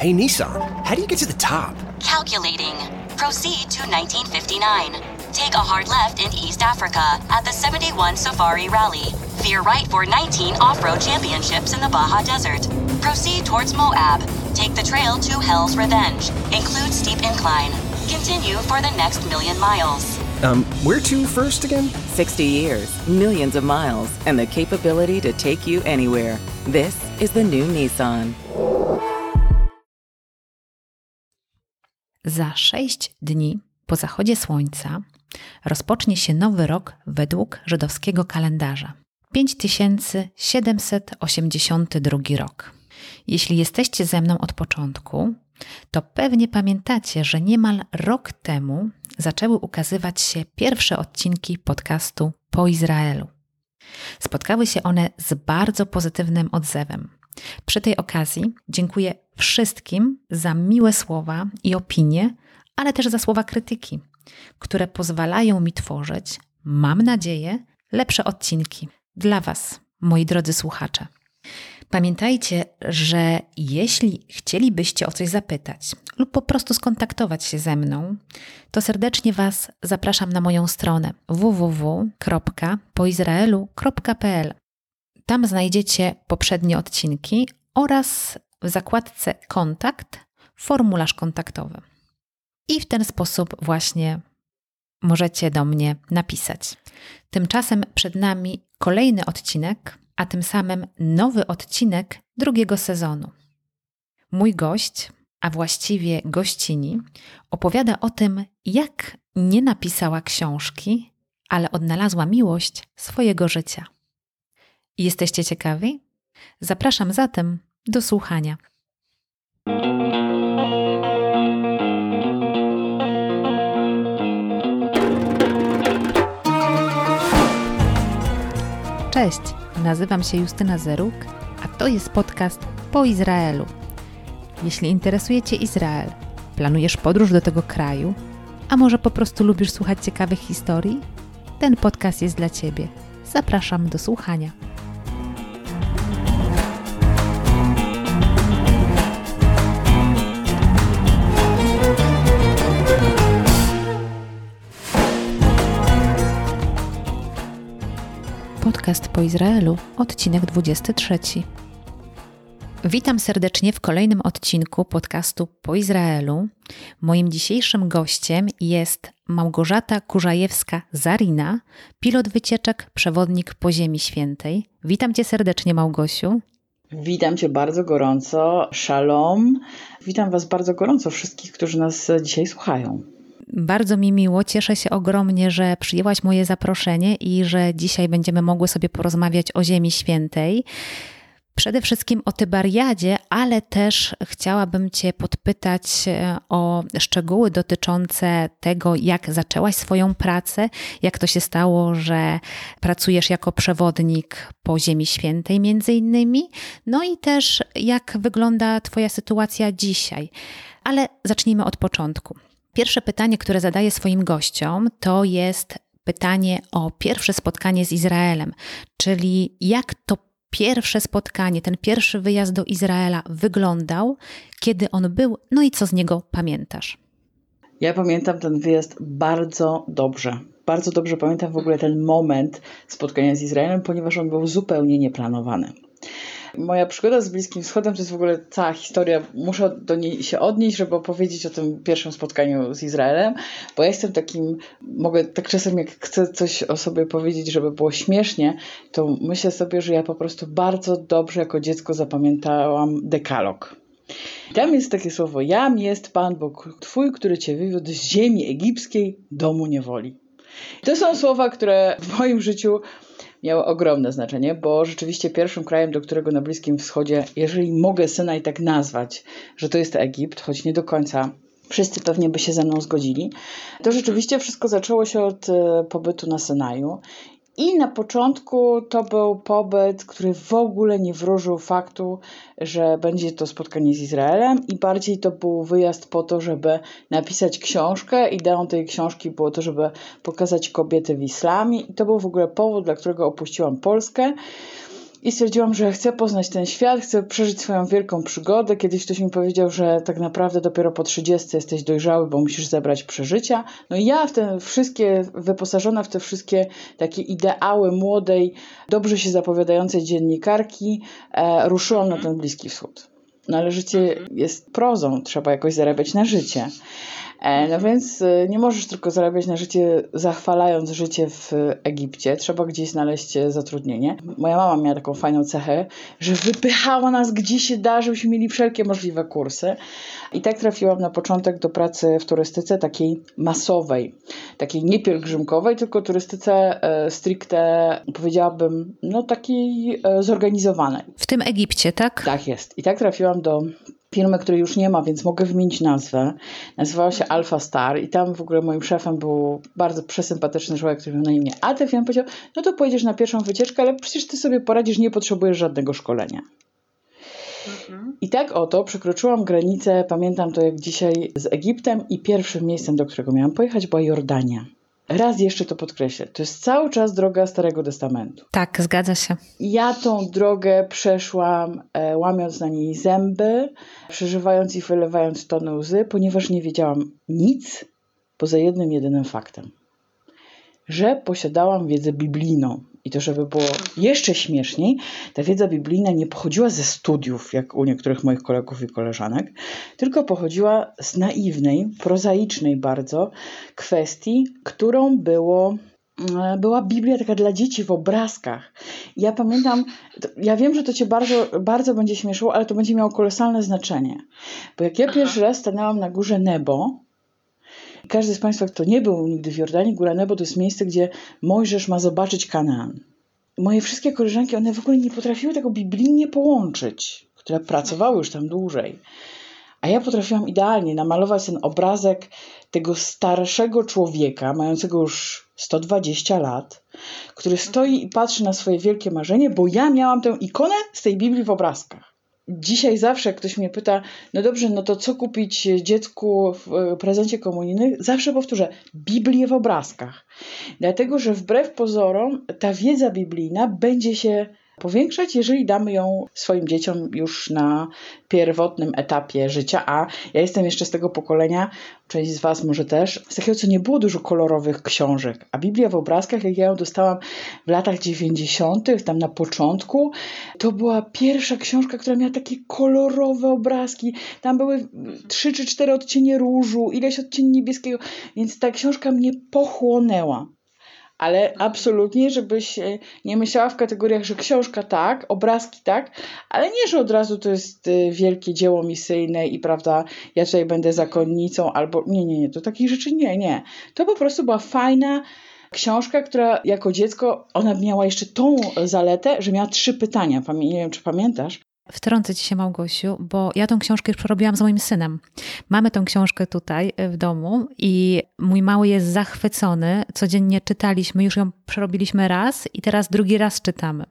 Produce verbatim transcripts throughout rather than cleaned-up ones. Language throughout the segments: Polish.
Hey, Nissan, how do you get to the top? Calculating. Proceed to nineteen fifty-nine. Take a hard left in East Africa at the seventy-one Safari Rally. Veer right for nineteen off-road championships in the Baja Desert. Proceed towards Moab. Take the trail to Hell's Revenge. Include steep incline. Continue for the next million miles. Um, where to first again? sixty years, millions of miles, and the capability to take you anywhere. This is the new Nissan. Za sześć dni po zachodzie słońca rozpocznie się nowy rok według żydowskiego kalendarza. pięć tysięcy siedemset osiemdziesiąty drugi rok. Jeśli jesteście ze mną od początku, to pewnie pamiętacie, że niemal rok temu zaczęły ukazywać się pierwsze odcinki podcastu Po Izraelu. Spotkały się one z bardzo pozytywnym odzewem. Przy tej okazji dziękuję wszystkim za miłe słowa i opinie, ale też za słowa krytyki, które pozwalają mi tworzyć, mam nadzieję, lepsze odcinki dla Was, moi drodzy słuchacze. Pamiętajcie, że jeśli chcielibyście o coś zapytać lub po prostu skontaktować się ze mną, to serdecznie Was zapraszam na moją stronę w w w kropka po izraelu kropka p l. Tam znajdziecie poprzednie odcinki oraz w zakładce Kontakt formularz kontaktowy. I w ten sposób właśnie możecie do mnie napisać. Tymczasem przed nami kolejny odcinek, a tym samym nowy odcinek drugiego sezonu. Mój gość, a właściwie gościni, opowiada o tym, jak nie napisała książki, ale odnalazła miłość swojego życia. Jesteście ciekawi? Zapraszam zatem do słuchania. Cześć, nazywam się Justyna Zeruk, a to jest podcast Po Izraelu. Jeśli interesuje Cię Izrael, planujesz podróż do tego kraju, a może po prostu lubisz słuchać ciekawych historii? Ten podcast jest dla Ciebie. Zapraszam do słuchania. Podcast Po Izraelu, odcinek dwudziesty trzeci. Witam serdecznie w kolejnym odcinku podcastu Po Izraelu. Moim dzisiejszym gościem jest Małgorzata Kurzajewska-Zarina, pilot wycieczek, przewodnik po Ziemi Świętej. Witam Cię serdecznie, Małgosiu. Witam Cię bardzo gorąco. Shalom. Witam Was bardzo gorąco, wszystkich, którzy nas dzisiaj słuchają. Bardzo mi miło, cieszę się ogromnie, że przyjęłaś moje zaproszenie i że dzisiaj będziemy mogły sobie porozmawiać o Ziemi Świętej. Przede wszystkim o Tyberiadzie, ale też chciałabym Cię podpytać o szczegóły dotyczące tego, jak zaczęłaś swoją pracę, jak to się stało, że pracujesz jako przewodnik po Ziemi Świętej między innymi, no i też jak wygląda Twoja sytuacja dzisiaj. Ale zacznijmy od początku. Pierwsze pytanie, które zadaję swoim gościom, to jest pytanie o pierwsze spotkanie z Izraelem, czyli jak to pierwsze spotkanie, ten pierwszy wyjazd do Izraela wyglądał, kiedy on był, no i co z niego pamiętasz? Ja pamiętam ten wyjazd bardzo dobrze. Bardzo dobrze pamiętam w ogóle ten moment spotkania z Izraelem, ponieważ on był zupełnie nieplanowany. Moja przygoda z Bliskim Wschodem to jest w ogóle cała historia. Muszę do niej się odnieść, żeby opowiedzieć o tym pierwszym spotkaniu z Izraelem, bo ja jestem takim, mogę tak czasem jak chcę coś o sobie powiedzieć, żeby było śmiesznie, to myślę sobie, że ja po prostu bardzo dobrze jako dziecko zapamiętałam dekalog. Tam jest takie słowo: Jam jest Pan Bóg Twój, który Cię wywiódł z ziemi egipskiej, domu niewoli. To są słowa, które w moim życiu miało ogromne znaczenie, bo rzeczywiście pierwszym krajem, do którego na Bliskim Wschodzie, jeżeli mogę Synaj tak nazwać, że to jest Egipt, choć nie do końca wszyscy pewnie by się ze mną zgodzili, to rzeczywiście wszystko zaczęło się od pobytu na Synaju. I na początku to był pobyt, który w ogóle nie wróżył faktu, że będzie to spotkanie z Izraelem i bardziej to był wyjazd po to, żeby napisać książkę. Ideą tej książki było to, żeby pokazać kobiety w islamie i to był w ogóle powód, dla którego opuściłam Polskę. I stwierdziłam, że chcę poznać ten świat, chcę przeżyć swoją wielką przygodę. Kiedyś ktoś mi powiedział, że tak naprawdę dopiero po trzydziestce jesteś dojrzały, bo musisz zebrać przeżycia. No i ja w te wszystkie, wyposażona w te wszystkie takie ideały młodej, dobrze się zapowiadającej dziennikarki, e, ruszyłam na ten Bliski Wschód. No ale życie jest prozą, trzeba jakoś zarabiać na życie. No więc nie możesz tylko zarabiać na życie, zachwalając życie w Egipcie. Trzeba gdzieś znaleźć zatrudnienie. Moja mama miała taką fajną cechę, że wypychała nas gdzie się da, żebyśmy mieli wszelkie możliwe kursy. I tak trafiłam na początek do pracy w turystyce takiej masowej, takiej nie pielgrzymkowej, tylko turystyce e, stricte, powiedziałabym, no takiej e, zorganizowanej. W tym Egipcie, tak? Tak jest. I tak trafiłam do firmy, której już nie ma, więc mogę wymienić nazwę. Nazywała się Alpha Star i tam w ogóle moim szefem był bardzo przesympatyczny człowiek, który miał na imię Atef i on powiedział, no to pojedziesz na pierwszą wycieczkę, ale przecież ty sobie poradzisz, nie potrzebujesz żadnego szkolenia. Mhm. I tak oto przekroczyłam granicę, pamiętam to jak dzisiaj, z Egiptem i pierwszym miejscem, do którego miałam pojechać, była Jordania. Raz jeszcze to podkreślę, to jest cały czas droga Starego Testamentu. Tak, zgadza się. Ja tą drogę przeszłam e, łamiąc na niej zęby, przeżywając i wylewając tony łzy, ponieważ nie wiedziałam nic poza jednym, jedynym faktem. Że posiadałam wiedzę biblijną. I to, żeby było jeszcze śmieszniej, ta wiedza biblijna nie pochodziła ze studiów, jak u niektórych moich kolegów i koleżanek, tylko pochodziła z naiwnej, prozaicznej bardzo kwestii, którą było, była Biblia taka dla dzieci w obrazkach. I ja pamiętam, ja wiem, że to cię bardzo, bardzo będzie śmieszyło, ale to będzie miało kolosalne znaczenie. Bo jak ja pierwszy raz stanęłam na górze Nebo, każdy z Państwa, kto nie był nigdy w Jordanii, Góra Nebo to jest miejsce, gdzie Mojżesz ma zobaczyć Kanaan. Moje wszystkie koleżanki, one w ogóle nie potrafiły tego biblijnie połączyć, które pracowały już tam dłużej. A ja potrafiłam idealnie namalować ten obrazek tego starszego człowieka, mającego już sto dwadzieścia lat, który stoi i patrzy na swoje wielkie marzenie, bo ja miałam tę ikonę z tej Biblii w obrazkach. Dzisiaj zawsze jak ktoś mnie pyta, no dobrze, no to co kupić dziecku w prezencie komunijnym? Zawsze powtórzę, Biblię w obrazkach. Dlatego, że wbrew pozorom ta wiedza biblijna będzie się powiększać, jeżeli damy ją swoim dzieciom już na pierwotnym etapie życia, a ja jestem jeszcze z tego pokolenia, część z Was może też, z takiego, co nie było dużo kolorowych książek, a Biblia w obrazkach, jak ja ją dostałam w latach dziewięćdziesiątych, tam na początku, to była pierwsza książka, która miała takie kolorowe obrazki, tam były trzy czy cztery odcienie różu, ileś odcieni niebieskiego, więc ta książka mnie pochłonęła. Ale absolutnie, żebyś nie myślała w kategoriach, że książka tak, obrazki tak, ale nie, że od razu to jest wielkie dzieło misyjne i prawda, ja tutaj będę zakonnicą albo nie, nie, nie, to takich rzeczy nie, nie. To po prostu była fajna książka, która jako dziecko, ona miała jeszcze tą zaletę, że miała trzy pytania. Nie wiem, czy pamiętasz? Wtrącę Ci się, Małgosiu, bo ja tą książkę już przerobiłam z moim synem. Mamy tą książkę tutaj w domu i mój mały jest zachwycony. Codziennie czytaliśmy, już ją przerobiliśmy raz i teraz drugi raz czytamy.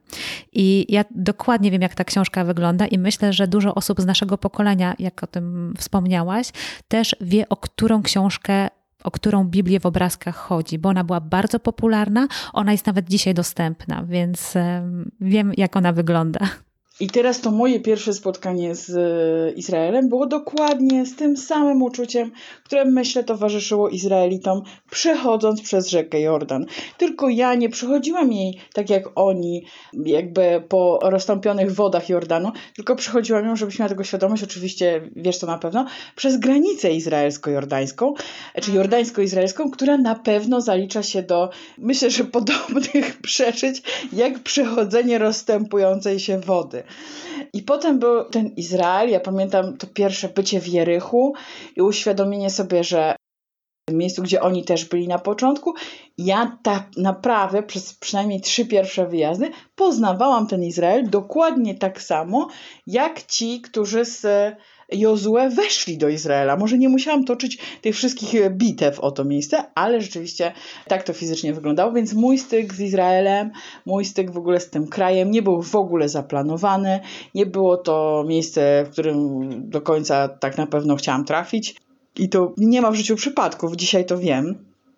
I ja dokładnie wiem, jak ta książka wygląda i myślę, że dużo osób z naszego pokolenia, jak o tym wspomniałaś, też wie, o którą książkę o którą Biblię w obrazkach chodzi, bo ona była bardzo popularna, ona jest nawet dzisiaj dostępna, więc um, wiem, jak ona wygląda. I teraz to moje pierwsze spotkanie z Izraelem było dokładnie z tym samym uczuciem, które myślę towarzyszyło Izraelitom przechodząc przez rzekę Jordan. Tylko ja nie przechodziłam jej tak jak oni, jakby po roztąpionych wodach Jordanu, tylko przechodziłam ją, żebyś miała tego świadomość, oczywiście wiesz to na pewno, przez granicę izraelsko-jordańską, czy jordańsko-izraelską, która na pewno zalicza się do, myślę, że podobnych przeżyć, jak przechodzenie rozstępującej się wody. I potem był ten Izrael, ja pamiętam to pierwsze bycie w Jerychu i uświadomienie sobie, że w miejscu, gdzie oni też byli na początku, ja tak naprawdę przez przynajmniej trzy pierwsze wyjazdy poznawałam ten Izrael dokładnie tak samo, jak ci, którzy z Jozue weszli do Izraela. Może nie musiałam toczyć tych wszystkich bitew o to miejsce, ale rzeczywiście tak to fizycznie wyglądało, więc mój styk z Izraelem, mój styk w ogóle z tym krajem nie był w ogóle zaplanowany, nie było to miejsce, w którym do końca tak na pewno chciałam trafić i to nie ma w życiu przypadków, dzisiaj to wiem.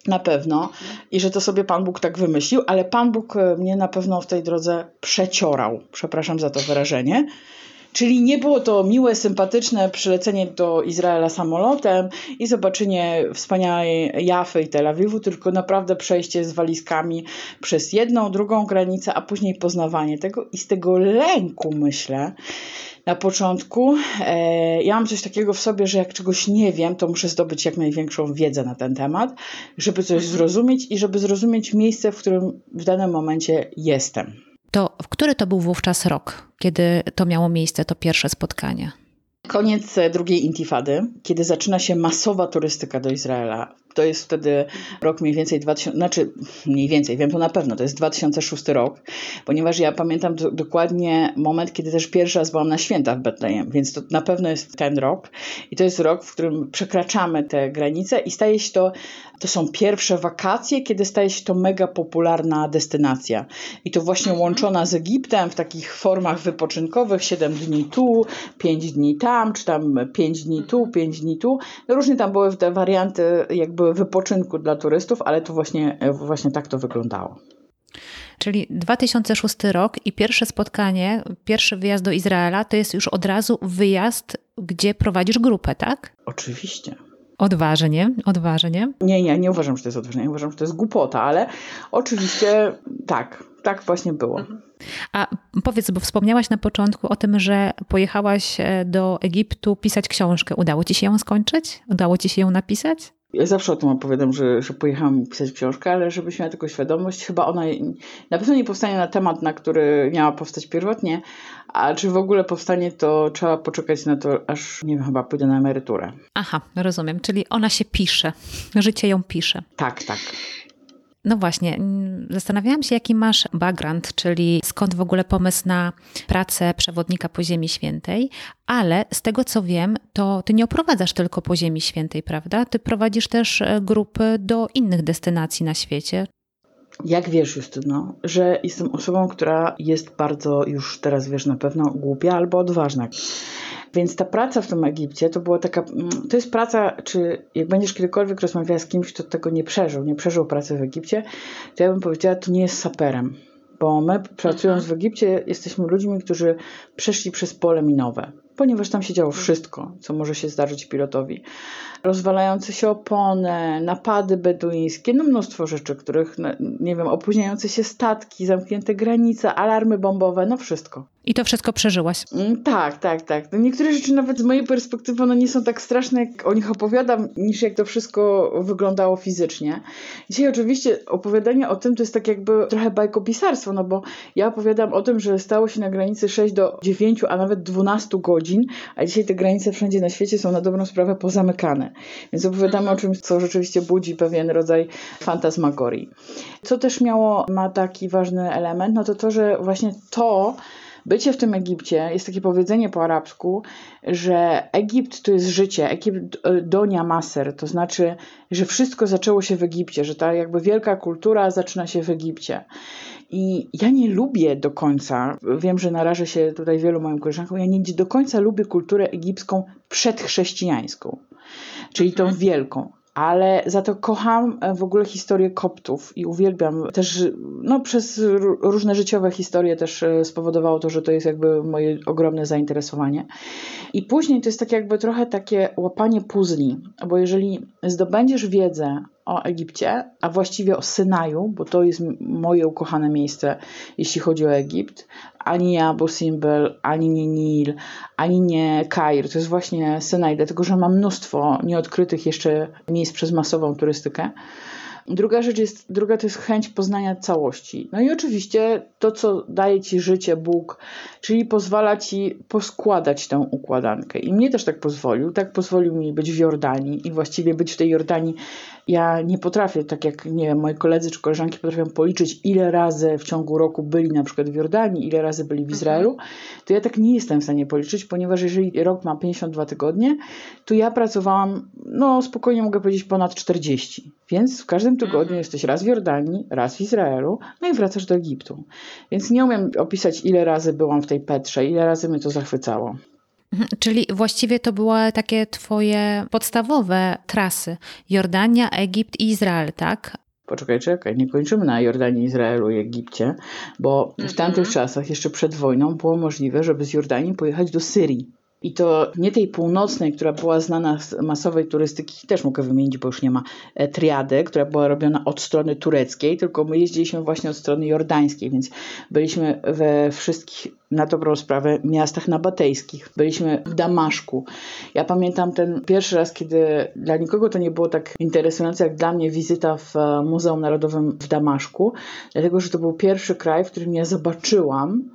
Na pewno. I że to sobie Pan Bóg tak wymyślił, ale Pan Bóg mnie na pewno w tej drodze przeciorał. Przepraszam za to wyrażenie. Czyli nie było to miłe, sympatyczne przylecenie do Izraela samolotem i zobaczenie wspaniałej Jafy i Tel Awiwu, tylko naprawdę przejście z walizkami przez jedną, drugą granicę, a później poznawanie tego. I z tego lęku, myślę, na początku, e, ja mam coś takiego w sobie, że jak czegoś nie wiem, to muszę zdobyć jak największą wiedzę na ten temat, żeby coś zrozumieć i żeby zrozumieć miejsce, w którym w danym momencie jestem. To w który to był wówczas rok, kiedy to miało miejsce, to pierwsze spotkanie? Koniec drugiej intifady, kiedy zaczyna się masowa turystyka do Izraela. To jest wtedy rok mniej więcej dwa tysiące, znaczy mniej więcej, wiem to na pewno, to jest dwa tysiące szósty rok, ponieważ ja pamiętam do, dokładnie moment, kiedy też pierwszy raz byłam na święta w Betlejem, więc to na pewno jest ten rok i to jest rok, w którym przekraczamy te granice i staje się to, to są pierwsze wakacje, kiedy staje się to mega popularna destynacja i to właśnie łączona z Egiptem w takich formach wypoczynkowych, siedem dni tu, pięć dni tam, czy tam pięć dni tu, pięć dni tu, różnie tam były te warianty jakby wypoczynku dla turystów, ale to właśnie, właśnie tak to wyglądało. Czyli dwa tysiące szósty rok i pierwsze spotkanie, pierwszy wyjazd do Izraela to jest już od razu wyjazd, gdzie prowadzisz grupę, tak? Oczywiście. Odważnie, odważnie. Nie, nie, nie uważam, że to jest odważnie, uważam, że to jest głupota, ale oczywiście tak, tak właśnie było. A powiedz, bo wspomniałaś na początku o tym, że pojechałaś do Egiptu pisać książkę. Udało ci się ją skończyć? Udało ci się ją napisać? Ja zawsze o tym opowiadam, że, że pojechałam pisać książkę, ale żebyś miała tylko świadomość, chyba ona na pewno nie powstanie na temat, na który miała powstać pierwotnie, a czy w ogóle powstanie, to trzeba poczekać na to, aż, nie wiem, chyba pójdę na emeryturę. Aha, rozumiem, czyli ona się pisze, życie ją pisze. Tak, tak. No właśnie, zastanawiałam się, jaki masz background, czyli skąd w ogóle pomysł na pracę przewodnika po Ziemi Świętej, ale z tego co wiem, to ty nie oprowadzasz tylko po Ziemi Świętej, prawda? Ty prowadzisz też grupy do innych destynacji na świecie. Jak wiesz, Justyno, że jestem osobą, która jest bardzo, już teraz wiesz na pewno, głupia albo odważna. Więc ta praca w tym Egipcie to była taka, to jest praca, czy jak będziesz kiedykolwiek rozmawiała z kimś, kto tego nie przeżył, nie przeżył pracy w Egipcie, to ja bym powiedziała, to nie jest saperem. Bo my pracując w Egipcie jesteśmy ludźmi, którzy przeszli przez pole minowe, ponieważ tam się działo wszystko, co może się zdarzyć pilotowi. Rozwalające się opony, napady beduińskie, no mnóstwo rzeczy, których, nie wiem, opóźniające się statki, zamknięte granice, alarmy bombowe, no wszystko. I to wszystko przeżyłaś? Mm, tak, tak, tak. No niektóre rzeczy nawet z mojej perspektywy one nie są tak straszne, jak o nich opowiadam, niż jak to wszystko wyglądało fizycznie. Dzisiaj oczywiście opowiadanie o tym to jest tak jakby trochę bajkopisarstwo, no bo ja opowiadam o tym, że stało się na granicy sześć do dziewięciu, a nawet dwunastu godzin, a dzisiaj te granice wszędzie na świecie są na dobrą sprawę pozamykane. Więc opowiadamy o czymś, co rzeczywiście budzi pewien rodzaj fantasmagorii. Co też miało, ma taki ważny element, no to to, że właśnie to bycie w tym Egipcie, jest takie powiedzenie po arabsku, że Egipt to jest życie, Egipt donia maser, to znaczy, że wszystko zaczęło się w Egipcie, że ta jakby wielka kultura zaczyna się w Egipcie. I ja nie lubię do końca, wiem, że narażę się tutaj wielu moim koleżankom, ja nie do końca lubię kulturę egipską przedchrześcijańską, czyli tą wielką. Ale za to kocham w ogóle historię Koptów i uwielbiam też, no przez różne życiowe historie też spowodowało to, że to jest jakby moje ogromne zainteresowanie. I później to jest tak jakby trochę takie łapanie puzli, bo jeżeli zdobędziesz wiedzę o Egipcie, a właściwie o Synaju, bo to jest moje ukochane miejsce, jeśli chodzi o Egipt, ani nie Abu Simbel, ani nie Nil, ani nie Kair, to jest właśnie Synaj, dlatego że ma mnóstwo nieodkrytych jeszcze miejsc przez masową turystykę. Druga rzecz jest, druga to jest chęć poznania całości. No i oczywiście to, co daje ci życie Bóg, czyli pozwala ci poskładać tę układankę. I mnie też tak pozwolił. Tak pozwolił mi być w Jordanii i właściwie być w tej Jordanii. Ja nie potrafię, tak jak nie wiem, moi koledzy czy koleżanki potrafią policzyć, ile razy w ciągu roku byli na przykład w Jordanii, ile razy byli w Izraelu, to ja tak nie jestem w stanie policzyć, ponieważ jeżeli rok ma pięćdziesiąt dwa tygodnie, to ja pracowałam, no spokojnie mogę powiedzieć, ponad czterdzieści. Więc w każdym tygodniu jesteś raz w Jordanii, raz w Izraelu, no i wracasz do Egiptu. Więc nie umiem opisać, ile razy byłam w tej Petrze, ile razy mnie to zachwycało. Czyli właściwie to były takie twoje podstawowe trasy. Jordania, Egipt i Izrael, tak? Poczekaj, czekaj, nie kończymy na Jordanii, Izraelu i Egipcie, bo w tamtych czasach, jeszcze przed wojną, było możliwe, żeby z Jordanii pojechać do Syrii. I to nie tej północnej, która była znana z masowej turystyki, też mogę wymienić, bo już nie ma, triady, która była robiona od strony tureckiej, tylko my jeździliśmy właśnie od strony jordańskiej, więc byliśmy we wszystkich, na dobrą sprawę, miastach nabatejskich. Byliśmy w Damaszku. Ja pamiętam ten pierwszy raz, kiedy dla nikogo to nie było tak interesujące, jak dla mnie wizyta w Muzeum Narodowym w Damaszku, dlatego, że to był pierwszy kraj, w którym ja zobaczyłam,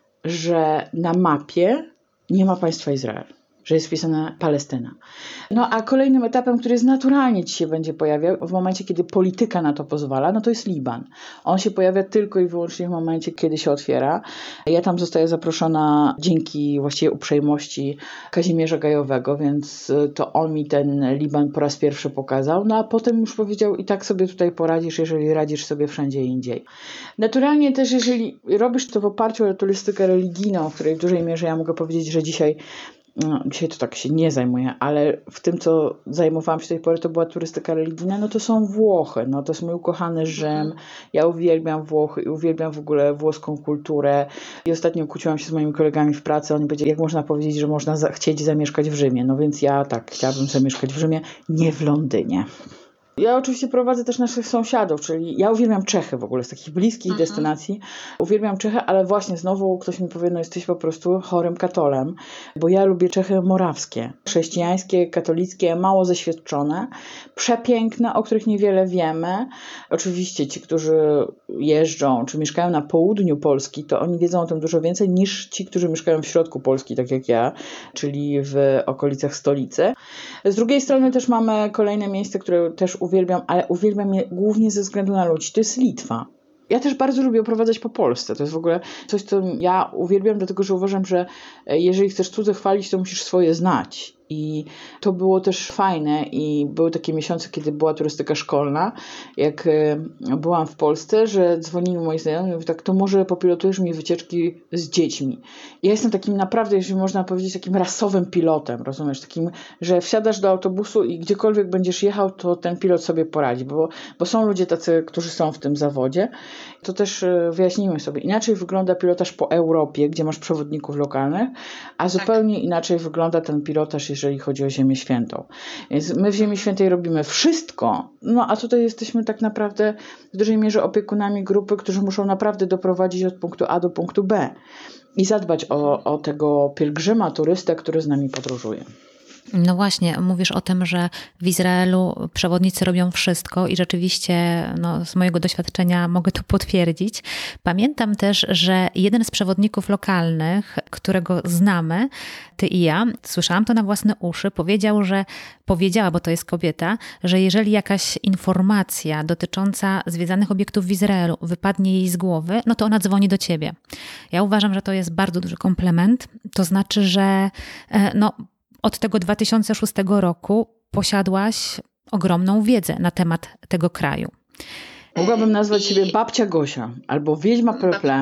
że na mapie nie ma państwa Izrael, że jest wpisana Palestyna. No a kolejnym etapem, który jest naturalnie ci się będzie pojawiał w momencie, kiedy polityka na to pozwala, no to jest Liban. On się pojawia tylko i wyłącznie w momencie, kiedy się otwiera. Ja tam zostaję zaproszona dzięki właściwie uprzejmości Kazimierza Gajowego, więc to on mi ten Liban po raz pierwszy pokazał, no a potem już powiedział, i tak sobie tutaj poradzisz, jeżeli radzisz sobie wszędzie indziej. Naturalnie też, jeżeli robisz to w oparciu o turystykę religijną, w której w dużej mierze ja mogę powiedzieć, że dzisiaj No, dzisiaj to tak się nie zajmuję, ale w tym, co zajmowałam się do tej pory, to była turystyka religijna, no to są Włochy, no to jest mój ukochany Rzym. Ja uwielbiam Włochy i uwielbiam w ogóle włoską kulturę. I ostatnio kłóciłam się z moimi kolegami w pracy, oni powiedzieli, jak można powiedzieć, że można za- chcieć zamieszkać w Rzymie. No więc ja tak, chciałabym zamieszkać w Rzymie, nie w Londynie. Ja oczywiście prowadzę też naszych sąsiadów, czyli ja uwielbiam Czechy w ogóle z takich bliskich mhm. destynacji. Uwielbiam Czechy, ale właśnie znowu ktoś mi powie, no jesteś po prostu chorym katolem, bo ja lubię Czechy morawskie, chrześcijańskie, katolickie, mało zeświadczone, przepiękne, o których niewiele wiemy. Oczywiście ci, którzy jeżdżą, czy mieszkają na południu Polski, to oni wiedzą o tym dużo więcej niż ci, którzy mieszkają w środku Polski, tak jak ja, czyli w okolicach stolicy. Z drugiej strony też mamy kolejne miejsce, które też uwielbiam, ale uwielbiam je głównie ze względu na ludzi. To jest Litwa. Ja też bardzo lubię oprowadzać po Polsce. To jest w ogóle coś, co ja uwielbiam, dlatego że uważam, że jeżeli chcesz cudze chwalić, to musisz swoje znać. I to było też fajne i były takie miesiące, kiedy była turystyka szkolna, jak byłam w Polsce, że dzwonili moi znajomi i mówili tak, to może popilotujesz mi wycieczki z dziećmi. Ja jestem takim naprawdę, jeżeli można powiedzieć, takim rasowym pilotem, rozumiesz, takim, że wsiadasz do autobusu i gdziekolwiek będziesz jechał, to ten pilot sobie poradzi, bo, bo są ludzie tacy, którzy są w tym zawodzie. To też wyjaśnijmy sobie, inaczej wygląda pilotaż po Europie, gdzie masz przewodników lokalnych, a zupełnie tak. inaczej wygląda ten pilotaż, jeżeli chodzi o Ziemię Świętą. Więc my w Ziemi Świętej robimy wszystko, no a tutaj jesteśmy tak naprawdę w dużej mierze opiekunami grupy, którzy muszą naprawdę doprowadzić od punktu A do punktu B i zadbać o, o tego pielgrzyma, turystę, który z nami podróżuje. No właśnie, mówisz o tym, że w Izraelu przewodnicy robią wszystko i rzeczywiście no, z mojego doświadczenia mogę to potwierdzić. Pamiętam też, że jeden z przewodników lokalnych, którego znamy, ty i ja, słyszałam to na własne uszy, powiedział, że powiedziała, bo to jest kobieta, że jeżeli jakaś informacja dotycząca zwiedzanych obiektów w Izraelu wypadnie jej z głowy, no to ona dzwoni do ciebie. Ja uważam, że to jest bardzo duży komplement. To znaczy, że no od tego dwa tysiące szóstego roku posiadłaś ogromną wiedzę na temat tego kraju. Mogłabym nazwać siebie babcia Gosia albo wiedźma Pleple.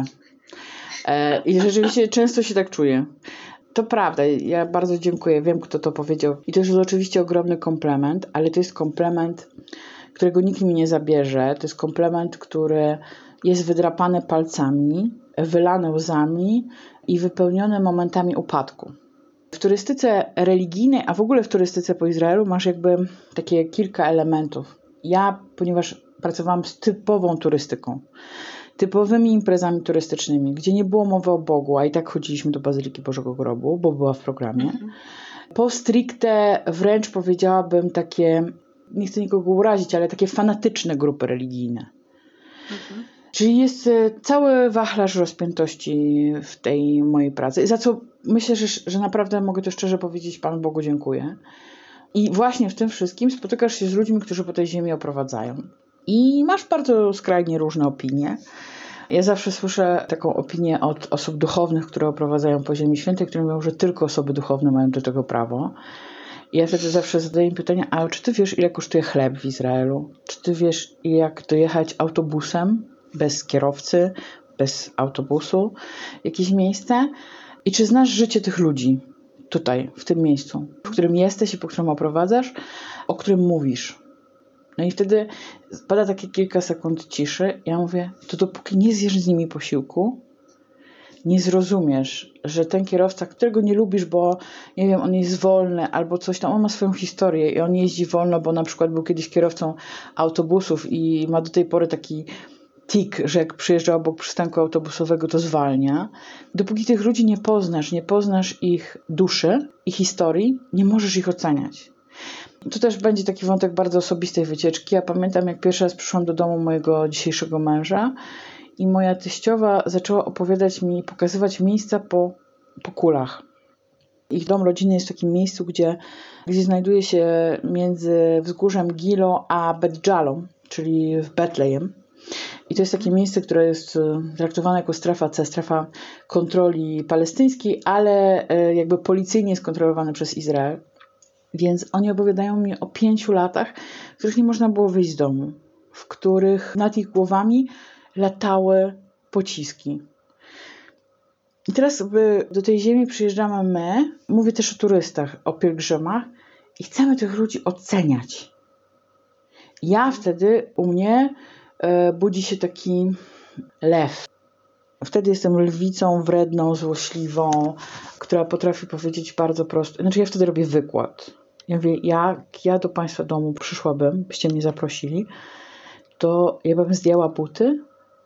I rzeczywiście często się tak czuję. To prawda, ja bardzo dziękuję, wiem kto to powiedział. I to jest oczywiście ogromny komplement, ale to jest komplement, którego nikt mi nie zabierze. To jest komplement, który jest wydrapany palcami, wylany łzami i wypełniony momentami upadku. W turystyce religijnej, a w ogóle w turystyce po Izraelu masz jakby takie kilka elementów. Ja, ponieważ pracowałam z typową turystyką, typowymi imprezami turystycznymi, gdzie nie było mowy o Bogu, a i tak chodziliśmy do Bazyliki Bożego Grobu, bo była w programie. Mhm. Po stricte wręcz powiedziałabym takie, nie chcę nikogo urazić, ale takie fanatyczne grupy religijne. Mhm. Czyli jest cały wachlarz rozpiętości w tej mojej pracy, za co myślę, że, że naprawdę mogę to szczerze powiedzieć, Panu Bogu dziękuję. I właśnie w tym wszystkim spotykasz się z ludźmi, którzy po tej ziemi oprowadzają. I masz bardzo skrajnie różne opinie. Ja zawsze słyszę taką opinię od osób duchownych, które oprowadzają po Ziemi Świętej, które mówią, że tylko osoby duchowne mają do tego prawo. I ja wtedy zawsze zadaję im pytanie, a czy ty wiesz, ile kosztuje chleb w Izraelu? Czy ty wiesz, jak dojechać autobusem bez kierowcy, bez autobusu, jakieś miejsce? I czy znasz życie tych ludzi? tutaj, w tym miejscu, w którym jesteś i po którym oprowadzasz, o którym mówisz. No i wtedy pada takie kilka sekund ciszy. Ja mówię, to dopóki nie zjesz z nimi posiłku, nie zrozumiesz, że ten kierowca, którego nie lubisz, bo nie wiem, on jest wolny albo coś tam, on ma swoją historię i on jeździ wolno, bo na przykład był kiedyś kierowcą autobusów i ma do tej pory taki tik, że jak przyjeżdża obok przystanku autobusowego, to zwalnia. Dopóki tych ludzi nie poznasz, nie poznasz ich duszy i historii, nie możesz ich oceniać. Tu też będzie taki wątek bardzo osobistej wycieczki. Ja pamiętam, jak pierwszy raz przyszłam do domu mojego dzisiejszego męża i moja teściowa zaczęła opowiadać mi, pokazywać miejsca po, po kulach. Ich dom rodzinny jest w takim miejscu, gdzie, gdzie znajduje się między wzgórzem Gilo a Bet Jalą, czyli w Betlejem. I to jest takie miejsce, które jest traktowane jako strefa C, strefa kontroli palestyńskiej, ale jakby policyjnie skontrolowane przez Izrael. Więc oni opowiadają mi o pięciu latach, w których nie można było wyjść z domu, w których nad ich głowami latały pociski. I teraz do tej ziemi przyjeżdżamy my, mówię też o turystach, o pielgrzymach i chcemy tych ludzi oceniać. Ja wtedy u mnie e, budzi się taki lew. Wtedy jestem lwicą wredną, złośliwą, która potrafi powiedzieć bardzo prosto. Znaczy ja wtedy robię wykład. Ja mówię, jak ja do Państwa domu przyszłabym, byście mnie zaprosili, to ja bym zdjęła buty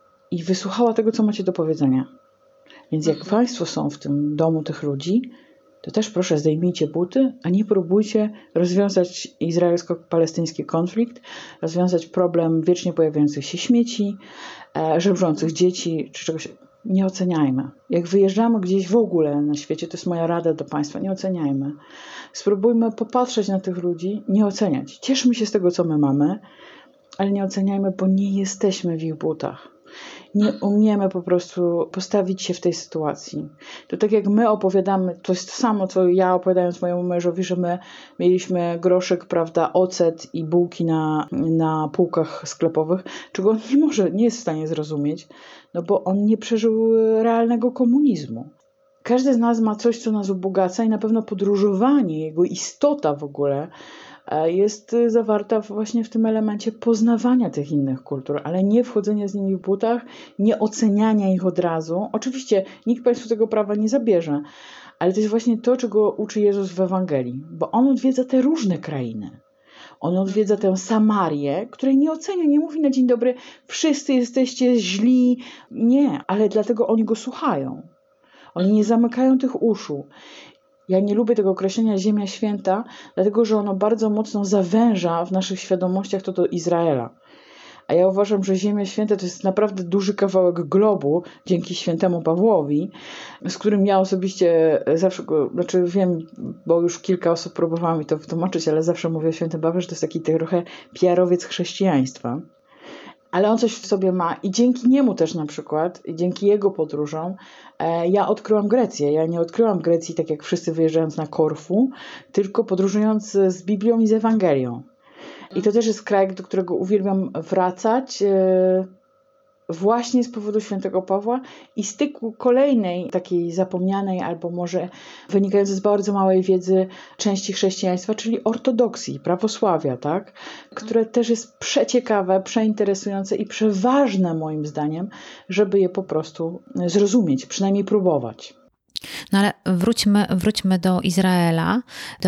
i wysłuchała tego, co macie do powiedzenia. Więc jak Państwo są w tym domu tych ludzi, to też proszę zdejmijcie buty, a nie próbujcie rozwiązać izraelsko-palestyński konflikt, rozwiązać problem wiecznie pojawiających się śmieci, e, żebrzących dzieci, czy czegoś. Nie oceniajmy. Jak wyjeżdżamy gdzieś w ogóle na świecie, to jest moja rada do Państwa, nie oceniajmy. Spróbujmy popatrzeć na tych ludzi, nie oceniać. Cieszmy się z tego, co my mamy, ale nie oceniajmy, bo nie jesteśmy w ich butach. Nie umiemy po prostu postawić się w tej sytuacji. To tak jak my opowiadamy, to jest to samo, co ja opowiadając mojemu mężowi, że my mieliśmy groszek, prawda, ocet i bułki na, na półkach sklepowych, czego on nie może, nie jest w stanie zrozumieć, no bo on nie przeżył realnego komunizmu. Każdy z nas ma coś, co nas ubogaca i na pewno podróżowanie, jego istota w ogóle jest zawarta właśnie w tym elemencie poznawania tych innych kultur, ale nie wchodzenia z nimi w butach, nie oceniania ich od razu. Oczywiście nikt Państwu tego prawa nie zabierze, ale to jest właśnie to, czego uczy Jezus w Ewangelii, bo On odwiedza te różne krainy. On odwiedza tę Samarię, której nie ocenia, nie mówi na dzień dobry, wszyscy jesteście źli. Nie, ale dlatego oni Go słuchają. Oni nie zamykają tych uszu. Ja nie lubię tego określenia Ziemia Święta, dlatego że ono bardzo mocno zawęża w naszych świadomościach to do Izraela. A ja uważam, że Ziemia Święta to jest naprawdę duży kawałek globu, dzięki świętemu Pawłowi, z którym ja osobiście zawsze go, znaczy wiem, bo już kilka osób próbowało mi to wytłumaczyć, ale zawsze mówię o świętym Pawle, że to jest taki trochę P R-owiec chrześcijaństwa. Ale on coś w sobie ma i dzięki niemu też na przykład, dzięki jego podróżom, e, ja odkryłam Grecję. Ja nie odkryłam Grecji tak jak wszyscy wyjeżdżając na Korfu, tylko podróżując z Biblią i z Ewangelią. I to też jest kraj, do którego uwielbiam wracać e, właśnie z powodu świętego Pawła i z tyku kolejnej takiej zapomnianej albo może wynikającej z bardzo małej wiedzy części chrześcijaństwa, czyli ortodoksji, prawosławia, tak? Które też jest przeciekawe, przeinteresujące i przeważne moim zdaniem, żeby je po prostu zrozumieć, przynajmniej próbować. No ale wróćmy, wróćmy do Izraela,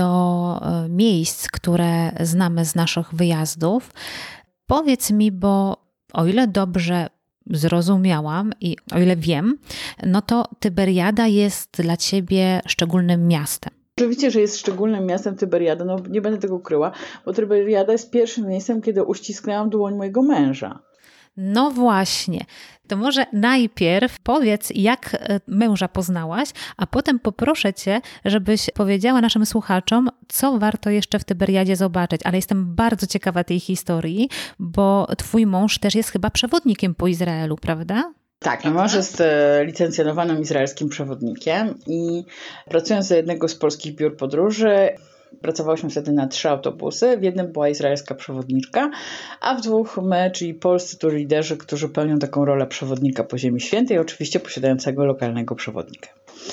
do miejsc, które znamy z naszych wyjazdów. Powiedz mi, bo o ile dobrze zrozumiałam i o ile wiem, no to Tyberiada jest dla Ciebie szczególnym miastem. Oczywiście, że jest szczególnym miastem Tyberiada, no nie będę tego ukryła, bo Tyberiada jest pierwszym miejscem, kiedy uściskałam dłoń mojego męża. No właśnie, to może najpierw powiedz, jak męża poznałaś, a potem poproszę Cię, żebyś powiedziała naszym słuchaczom, co warto jeszcze w Tyberiadzie zobaczyć. Ale jestem bardzo ciekawa tej historii, bo Twój mąż też jest chyba przewodnikiem po Izraelu, prawda? Tak, mój mąż jest licencjonowanym izraelskim przewodnikiem i pracując za jednego z polskich biur podróży, pracowałyśmy wtedy na trzy autobusy. W jednym była izraelska przewodniczka, a w dwóch my, czyli polscy tour liderzy, którzy pełnią taką rolę przewodnika po Ziemi Świętej, oczywiście posiadającego lokalnego przewodnika.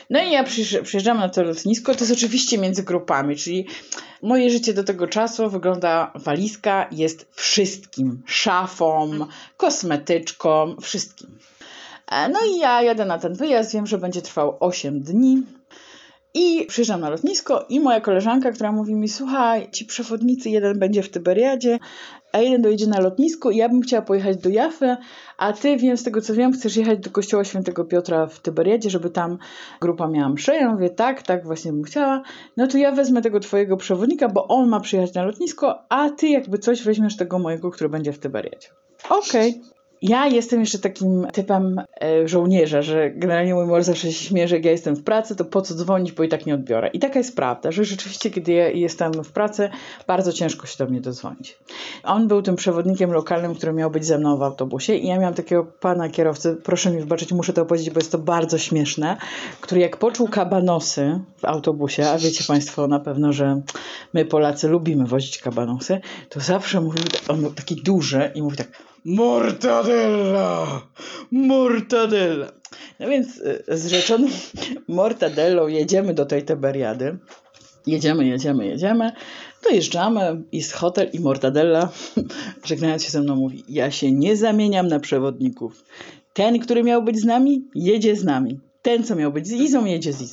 No i ja przyjeżdżam na to lotnisko, to jest oczywiście między grupami, czyli moje życie do tego czasu wygląda, walizka jest wszystkim, szafą, kosmetyczką, wszystkim. No i ja jadę na ten wyjazd, wiem, że będzie trwał osiem dni i przyjeżdżam na lotnisko i moja koleżanka, która mówi mi, słuchaj, ci przewodnicy, jeden będzie w Tyberiadzie, a jeden dojedzie na lotnisko i ja bym chciała pojechać do Jafy, a ty, wiem, z tego co wiem, chcesz jechać do kościoła Świętego Piotra w Tyberiadzie, żeby tam grupa miała mszę. Ja mówię, tak, tak właśnie bym chciała. No to ja wezmę tego twojego przewodnika, bo on ma przyjechać na lotnisko, a ty jakby coś weźmiesz tego mojego, który będzie w Tyberiadzie. Okej. Okay. Ja jestem jeszcze takim typem e, żołnierza, że generalnie mój mąż zawsze się śmieje, że jak ja jestem w pracy, to po co dzwonić, bo i tak nie odbiorę. I taka jest prawda, że rzeczywiście, kiedy ja jestem w pracy, bardzo ciężko się do mnie dodzwonić. On był tym przewodnikiem lokalnym, który miał być ze mną w autobusie i ja miałam takiego pana kierowcę, proszę mi wybaczyć, muszę to opowiedzieć, bo jest to bardzo śmieszne, który jak poczuł kabanosy w autobusie, a wiecie Państwo na pewno, że my Polacy lubimy wozić kabanosy, to zawsze mówił, on był taki duży i mówił tak: mortadella, mortadella. No więc z rzeczoną mortadellą jedziemy do tej Tyberiady. Jedziemy, jedziemy, jedziemy. Dojeżdżamy, jest hotel i mortadella, żegnając się ze mną, mówi: ja się nie zamieniam na przewodników. Ten, który miał być z nami, jedzie z nami. Ten, co miał być z Izą, jedzie z Izą.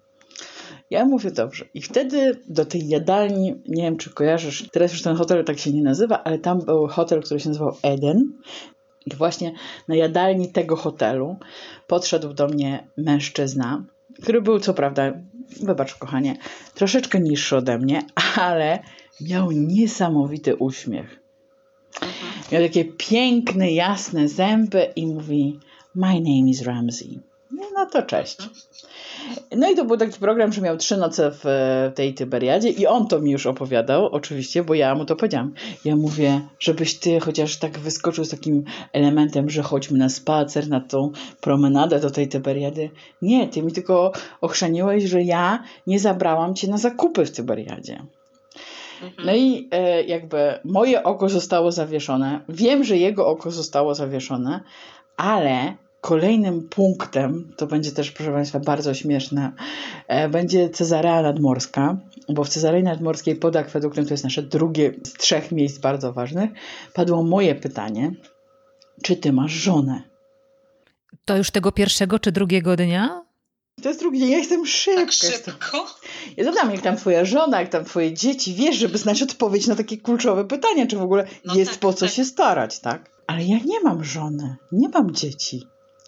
Ja mówię, dobrze. I wtedy do tej jadalni, nie wiem czy kojarzysz, teraz już ten hotel tak się nie nazywa, ale tam był hotel, który się nazywał Eden. I właśnie na jadalni tego hotelu podszedł do mnie mężczyzna, który był co prawda, wybacz kochanie, troszeczkę niższy ode mnie, ale miał niesamowity uśmiech. Miał takie piękne, jasne zęby i mówi: my name is Ramsey. No to cześć. No i to był taki program, że miał trzy noce w tej Tyberiadzie i on to mi już opowiadał, oczywiście, bo ja mu to powiedziałam. Ja mówię, żebyś ty chociaż tak wyskoczył z takim elementem, że chodźmy na spacer, na tą promenadę do tej Tyberiady. Nie, ty mi tylko ochrzaniłeś, że ja nie zabrałam cię na zakupy w Tyberiadzie. No i e, jakby moje oko zostało zawieszone. Wiem, że jego oko zostało zawieszone, ale kolejnym punktem, to będzie też, proszę Państwa, bardzo śmieszne, e, będzie Cezarea Nadmorska, bo w Cezarei Nadmorskiej pod akweduktem, to jest nasze drugie z trzech miejsc bardzo ważnych, padło moje pytanie: czy ty masz żonę? To już tego pierwszego czy drugiego dnia? To jest drugi dzień, ja jestem szybka. Tak szybko? Ja zadam, jak tam twoja żona, jak tam twoje dzieci, wiesz, żeby znać odpowiedź na takie kluczowe pytania, czy w ogóle no jest tak, po co tak. się starać, tak? Ale ja nie mam żony, nie mam dzieci.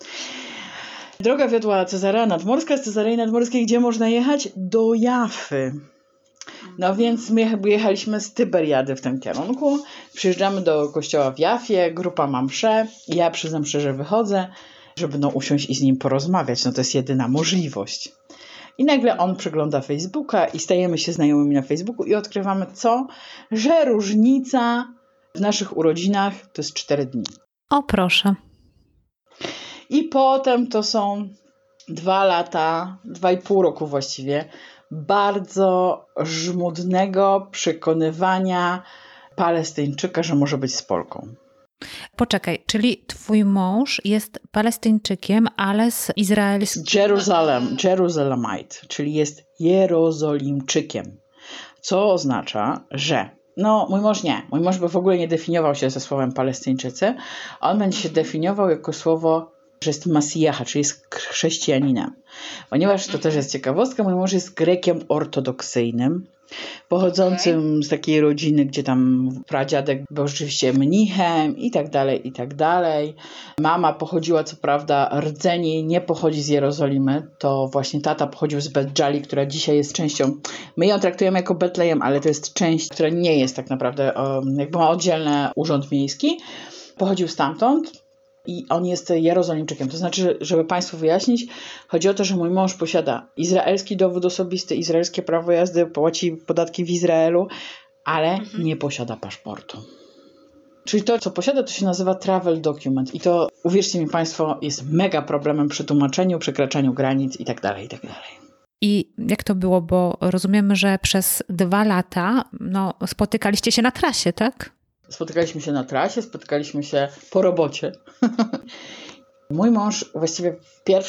Droga wiodła Cezarea Nadmorska, z Cezarei Nadmorskiej gdzie można jechać? Do Jafy. No więc my jechaliśmy z Tyberiady w tym kierunku. Przyjeżdżamy do kościoła w Jafie, grupa ma mszę. Ja przyznam szczerze wychodzę, żeby no usiąść i z nim porozmawiać. No to jest jedyna możliwość. I nagle on przegląda Facebooka i stajemy się znajomymi na Facebooku i odkrywamy co? Że różnica w naszych urodzinach to jest cztery dni. O proszę. I potem to są dwa lata, dwa i pół roku właściwie, bardzo żmudnego przekonywania Palestyńczyka, że może być z Polką. Poczekaj, czyli twój mąż jest Palestyńczykiem, ale z izraelskim... Jeruzalem, Jerusalemite, czyli jest Jerozolimczykiem, co oznacza, że no, mój mąż nie. Mój mąż by w ogóle nie definiował się ze słowem Palestyńczycy. On będzie się definiował jako słowo, że jest Masjacha, czyli jest chrześcijaninem. Ponieważ to też jest ciekawostka, mój mąż jest Grekiem ortodoksyjnym, pochodzącym z takiej rodziny, gdzie tam pradziadek był rzeczywiście mnichem i tak dalej, i tak dalej. Mama pochodziła, co prawda, rdzeni nie pochodzi z Jerozolimy, to właśnie tata pochodził z Bet-Dżali, która dzisiaj jest częścią, my ją traktujemy jako Betlejem, ale to jest część, która nie jest tak naprawdę, jakby ma oddzielny urząd miejski. Pochodził stamtąd. I on jest Jerozolimczykiem. To znaczy, żeby Państwu wyjaśnić, chodzi o to, że mój mąż posiada izraelski dowód osobisty, izraelskie prawo jazdy, płaci podatki w Izraelu, ale mhm. nie posiada paszportu. Czyli to, co posiada, to się nazywa travel document. I to, uwierzcie mi Państwo, jest mega problemem przy tłumaczeniu, przekraczaniu granic i tak dalej, i tak dalej. I jak to było? Bo rozumiemy, że przez dwa lata no, spotykaliście się na trasie, tak? Spotykaliśmy się na trasie, spotykaliśmy się po robocie. Mój mąż właściwie w pierwszym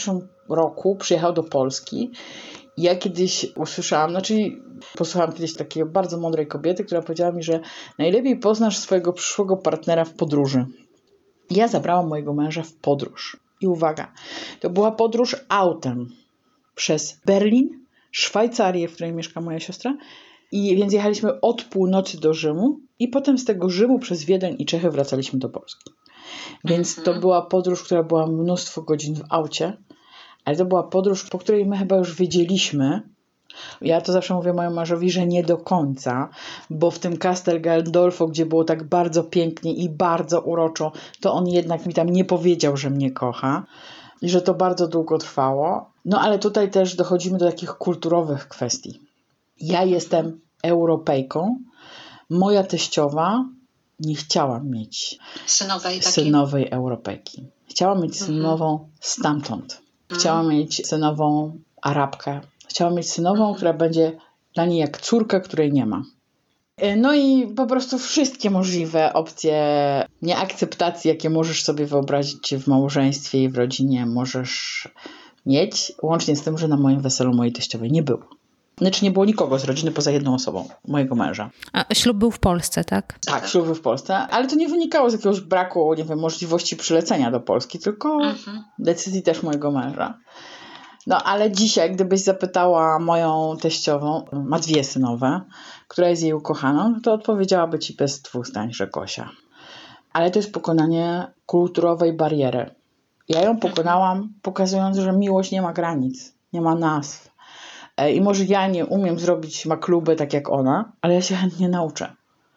roku przyjechał do Polski. Ja kiedyś usłyszałam, znaczy posłuchałam kiedyś takiej bardzo mądrej kobiety, która powiedziała mi, że najlepiej poznasz swojego przyszłego partnera w podróży. Ja zabrałam mojego męża w podróż. I uwaga, to była podróż autem przez Berlin, Szwajcarię, w której mieszka moja siostra. I więc jechaliśmy od północy do Rzymu i potem z tego Rzymu przez Wiedeń i Czechy wracaliśmy do Polski. Więc to była podróż, która była mnóstwo godzin w aucie, ale to była podróż, po której my chyba już wiedzieliśmy, ja to zawsze mówię mojemu mężowi, że nie do końca, bo w tym Castel Gandolfo, gdzie było tak bardzo pięknie i bardzo uroczo, to on jednak mi tam nie powiedział, że mnie kocha i że to bardzo długo trwało. No ale tutaj też dochodzimy do takich kulturowych kwestii. Ja jestem Europejką, moja teściowa nie chciała mieć synowej, synowej Europejki. Chciała mieć synową mhm. stamtąd. Chciała mhm. mieć synową Arabkę. Chciała mieć synową, mhm. która będzie dla niej jak córka, której nie ma. No i po prostu wszystkie możliwe opcje nieakceptacji, jakie możesz sobie wyobrazić w małżeństwie i w rodzinie, możesz mieć, łącznie z tym, że na moim weselu mojej teściowej nie było. Znaczy nie było nikogo z rodziny poza jedną osobą, mojego męża. A ślub był w Polsce, tak? Tak, ślub był w Polsce, ale to nie wynikało z jakiegoś braku, nie wiem, możliwości przylecenia do Polski, tylko mhm. decyzji też mojego męża. No ale dzisiaj, gdybyś zapytała moją teściową, ma dwie synowe, która jest jej ukochaną, to odpowiedziałaby ci bez dwóch zdań, że Gosia. Ale to jest pokonanie kulturowej bariery. Ja ją pokonałam, pokazując, że miłość nie ma granic, nie ma nazw. I może ja nie umiem zrobić maklubę tak jak ona, ale ja się chętnie nauczę.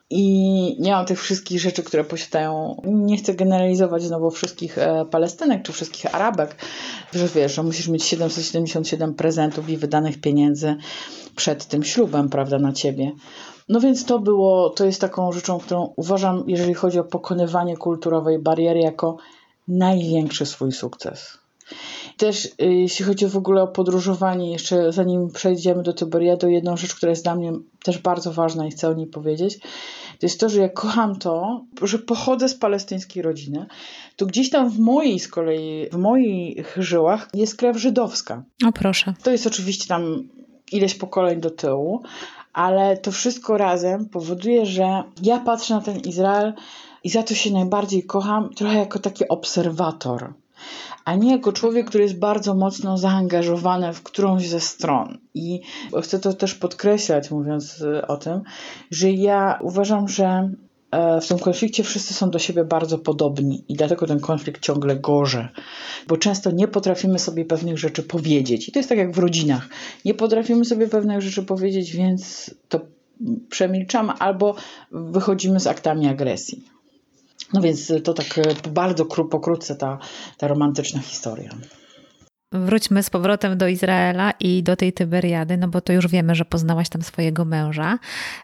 I nie mam tych wszystkich rzeczy, które posiadają, nie chcę generalizować znowu wszystkich e, Palestynek czy wszystkich Arabek, że wiesz, że musisz mieć siedemset siedemdziesiąt siedem prezentów i wydanych pieniędzy przed tym ślubem, prawda, na ciebie. No więc to było, to jest taką rzeczą, którą uważam, jeżeli chodzi o pokonywanie kulturowej bariery, jako największy swój sukces. Też jeśli chodzi w ogóle o podróżowanie, jeszcze zanim przejdziemy do Tyberiady, jedną rzecz, która jest dla mnie też bardzo ważna i chcę o niej powiedzieć, to jest to, że ja kocham to, że pochodzę z palestyńskiej rodziny, to gdzieś tam w mojej z kolei, w moich żyłach jest krew żydowska. O proszę. To jest oczywiście tam ileś pokoleń do tyłu, ale to wszystko razem powoduje, że ja patrzę na ten Izrael i za to się najbardziej kocham, trochę jako taki obserwator, a nie jako człowiek, który jest bardzo mocno zaangażowany w którąś ze stron. I chcę to też podkreślać, mówiąc o tym, że ja uważam, że w tym konflikcie wszyscy są do siebie bardzo podobni i dlatego ten konflikt ciągle gorze, bo często nie potrafimy sobie pewnych rzeczy powiedzieć. I to jest tak jak w rodzinach. Nie potrafimy sobie pewnych rzeczy powiedzieć, więc to przemilczamy albo wychodzimy z aktami agresji. No więc to tak bardzo pokrótce ta, ta romantyczna historia. Wróćmy z powrotem do Izraela i do tej Tyberiady, no bo to już wiemy, że poznałaś tam swojego męża,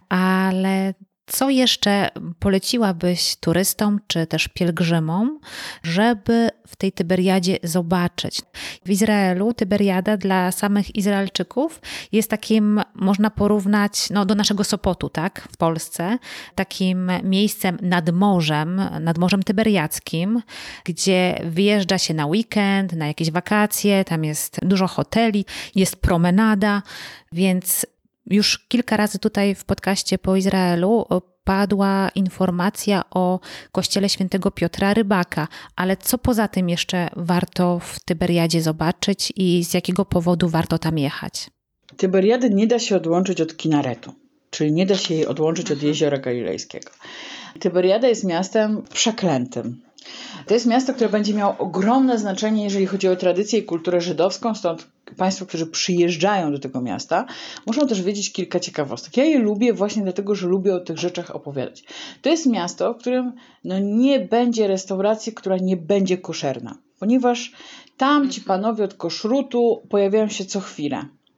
ale co jeszcze poleciłabyś turystom czy też pielgrzymom, żeby w tej Tyberiadzie zobaczyć? W Izraelu Tyberiada dla samych Izraelczyków jest takim, można porównać no, do naszego Sopotu, tak, w Polsce, takim miejscem nad morzem, nad Morzem Tyberiackim, gdzie wyjeżdża się na weekend, na jakieś wakacje, tam jest dużo hoteli, jest promenada, więc już kilka razy tutaj w podcaście po Izraelu padła informacja o kościele świętego Piotra Rybaka, ale co poza tym jeszcze warto w Tyberiadzie zobaczyć i z jakiego powodu warto tam jechać? Tyberiady nie da się odłączyć od Kinaretu, czyli nie da się jej odłączyć od Jeziora Galilejskiego. Tyberiada jest miastem przeklętym. To jest miasto, które będzie miało ogromne znaczenie, jeżeli chodzi o tradycję i kulturę żydowską, stąd Państwo, którzy przyjeżdżają do tego miasta, muszą też wiedzieć kilka ciekawostek. Ja je lubię właśnie dlatego, że lubię o tych rzeczach opowiadać. To jest miasto, w którym no, nie będzie restauracji, która nie będzie koszerna, ponieważ tam ci panowie od koszrutu pojawiają się co chwilę.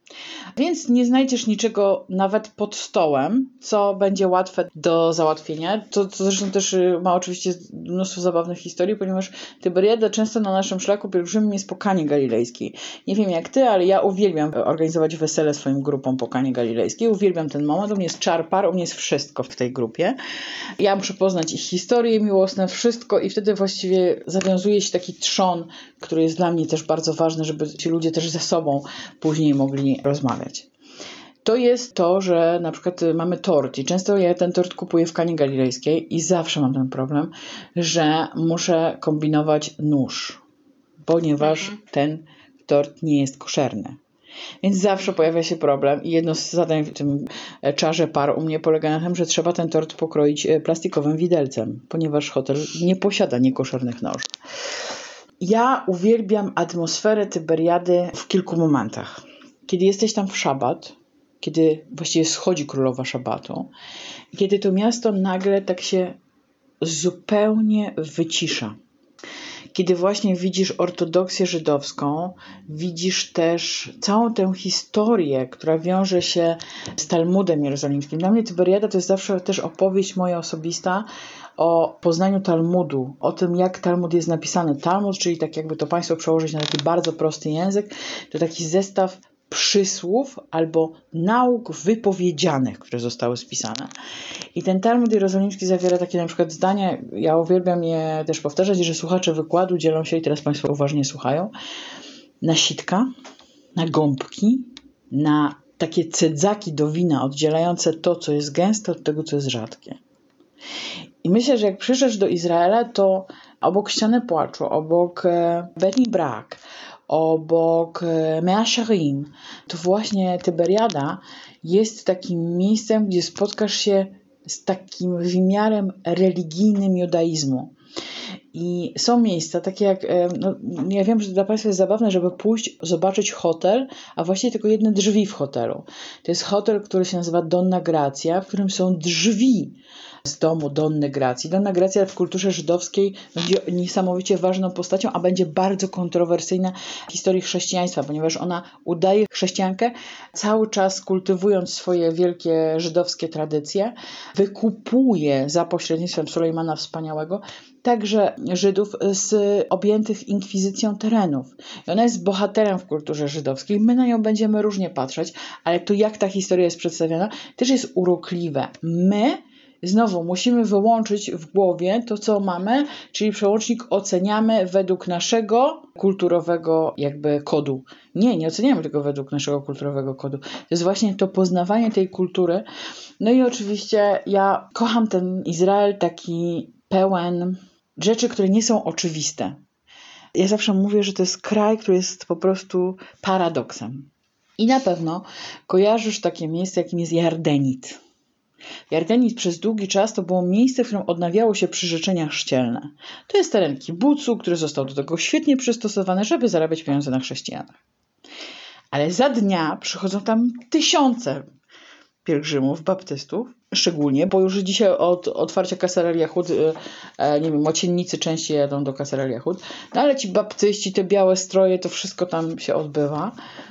Więc nie znajdziesz niczego nawet pod stołem, co będzie łatwe do załatwienia. To, to zresztą też ma oczywiście mnóstwo zabawnych historii, ponieważ Tyberiada często na naszym szlaku pielgrzymim jest po Kanie Galilejskiej. Nie wiem jak ty, ale ja uwielbiam organizować wesele swoim grupom po Kanie Galilejskiej. Uwielbiam ten moment. U mnie jest czar par, u mnie jest wszystko w tej grupie. Ja muszę poznać ich historie miłosne, wszystko i wtedy właściwie zawiązuje się taki trzon, który jest dla mnie też bardzo ważny, żeby ci ludzie też ze sobą później mogli rozmawiać. To jest to, że na przykład mamy tort i często ja ten tort kupuję w Kanie Galilejskiej i zawsze mam ten problem, że muszę kombinować nóż, ponieważ mhm. ten tort nie jest koszerny. Więc zawsze pojawia się problem i jedno z zadań w tym czarze par u mnie polega na tym, że trzeba ten tort pokroić plastikowym widelcem, ponieważ hotel nie posiada niekoszernych noży. Ja uwielbiam atmosferę Tyberiady w kilku momentach. Kiedy jesteś tam w szabat, kiedy właściwie schodzi królowa szabatu, kiedy to miasto nagle tak się zupełnie wycisza. Kiedy właśnie widzisz ortodoksję żydowską, widzisz też całą tę historię, która wiąże się z Talmudem jerozolimskim. Dla mnie Tyberiada to jest zawsze też opowieść moja osobista o poznaniu Talmudu, o tym jak Talmud jest napisany. Talmud, czyli tak jakby to państwo przełożyć na taki bardzo prosty język, to taki zestaw przysłów albo nauk wypowiedzianych, które zostały spisane. I ten Talmud jerozolimski zawiera takie na przykład zdania, ja uwielbiam je też powtarzać, że słuchacze wykładu dzielą się, i teraz Państwo uważnie słuchają, na sitka, na gąbki, na takie cedzaki do wina oddzielające to, co jest gęste od tego, co jest rzadkie. I myślę, że jak przyszedłeś do Izraela, to obok ściany płaczu, obok Beni Brak, obok Mea Shearim, to właśnie Tyberiada jest takim miejscem, gdzie spotkasz się z takim wymiarem religijnym judaizmu. I są miejsca, takie jak, no, ja wiem, że dla Państwa jest zabawne, żeby pójść, zobaczyć hotel, a właściwie tylko jedne drzwi w hotelu. To jest hotel, który się nazywa Donna Grazia, w którym są drzwi z domu Donny Gracji. Donna Gracja w kulturze żydowskiej będzie niesamowicie ważną postacią, a będzie bardzo kontrowersyjna w historii chrześcijaństwa, ponieważ ona udaje chrześcijankę, cały czas kultywując swoje wielkie żydowskie tradycje, wykupuje za pośrednictwem Sulejmana Wspaniałego także Żydów z objętych inkwizycją terenów. I ona jest bohaterem w kulturze żydowskiej. My na nią będziemy różnie patrzeć, ale to jak ta historia jest przedstawiona, też jest urokliwe. My znowu musimy wyłączyć w głowie to, co mamy, czyli przełącznik oceniamy według naszego kulturowego jakby kodu. Nie, nie oceniamy tego według naszego kulturowego kodu. To jest właśnie to poznawanie tej kultury. No i oczywiście ja kocham ten Izrael taki pełen rzeczy, które nie są oczywiste. Ja zawsze mówię, że to jest kraj, który jest po prostu paradoksem. I na pewno kojarzysz takie miejsce, jakim jest Jardenit. Jardenit przez długi czas to było miejsce, w którym odnawiało się przyrzeczenia chrzcielne. To jest teren kibucu, który został do tego świetnie przystosowany, żeby zarabiać pieniądze na chrześcijanach. Ale za dnia przychodzą tam tysiące pielgrzymów, baptystów, szczególnie, bo już dzisiaj od otwarcia Kasser el-Yahud, nie wiem, ociennicy częściej jadą do Kasser el-Yahud, no ale ci baptyści, te białe stroje, to wszystko tam się odbywa.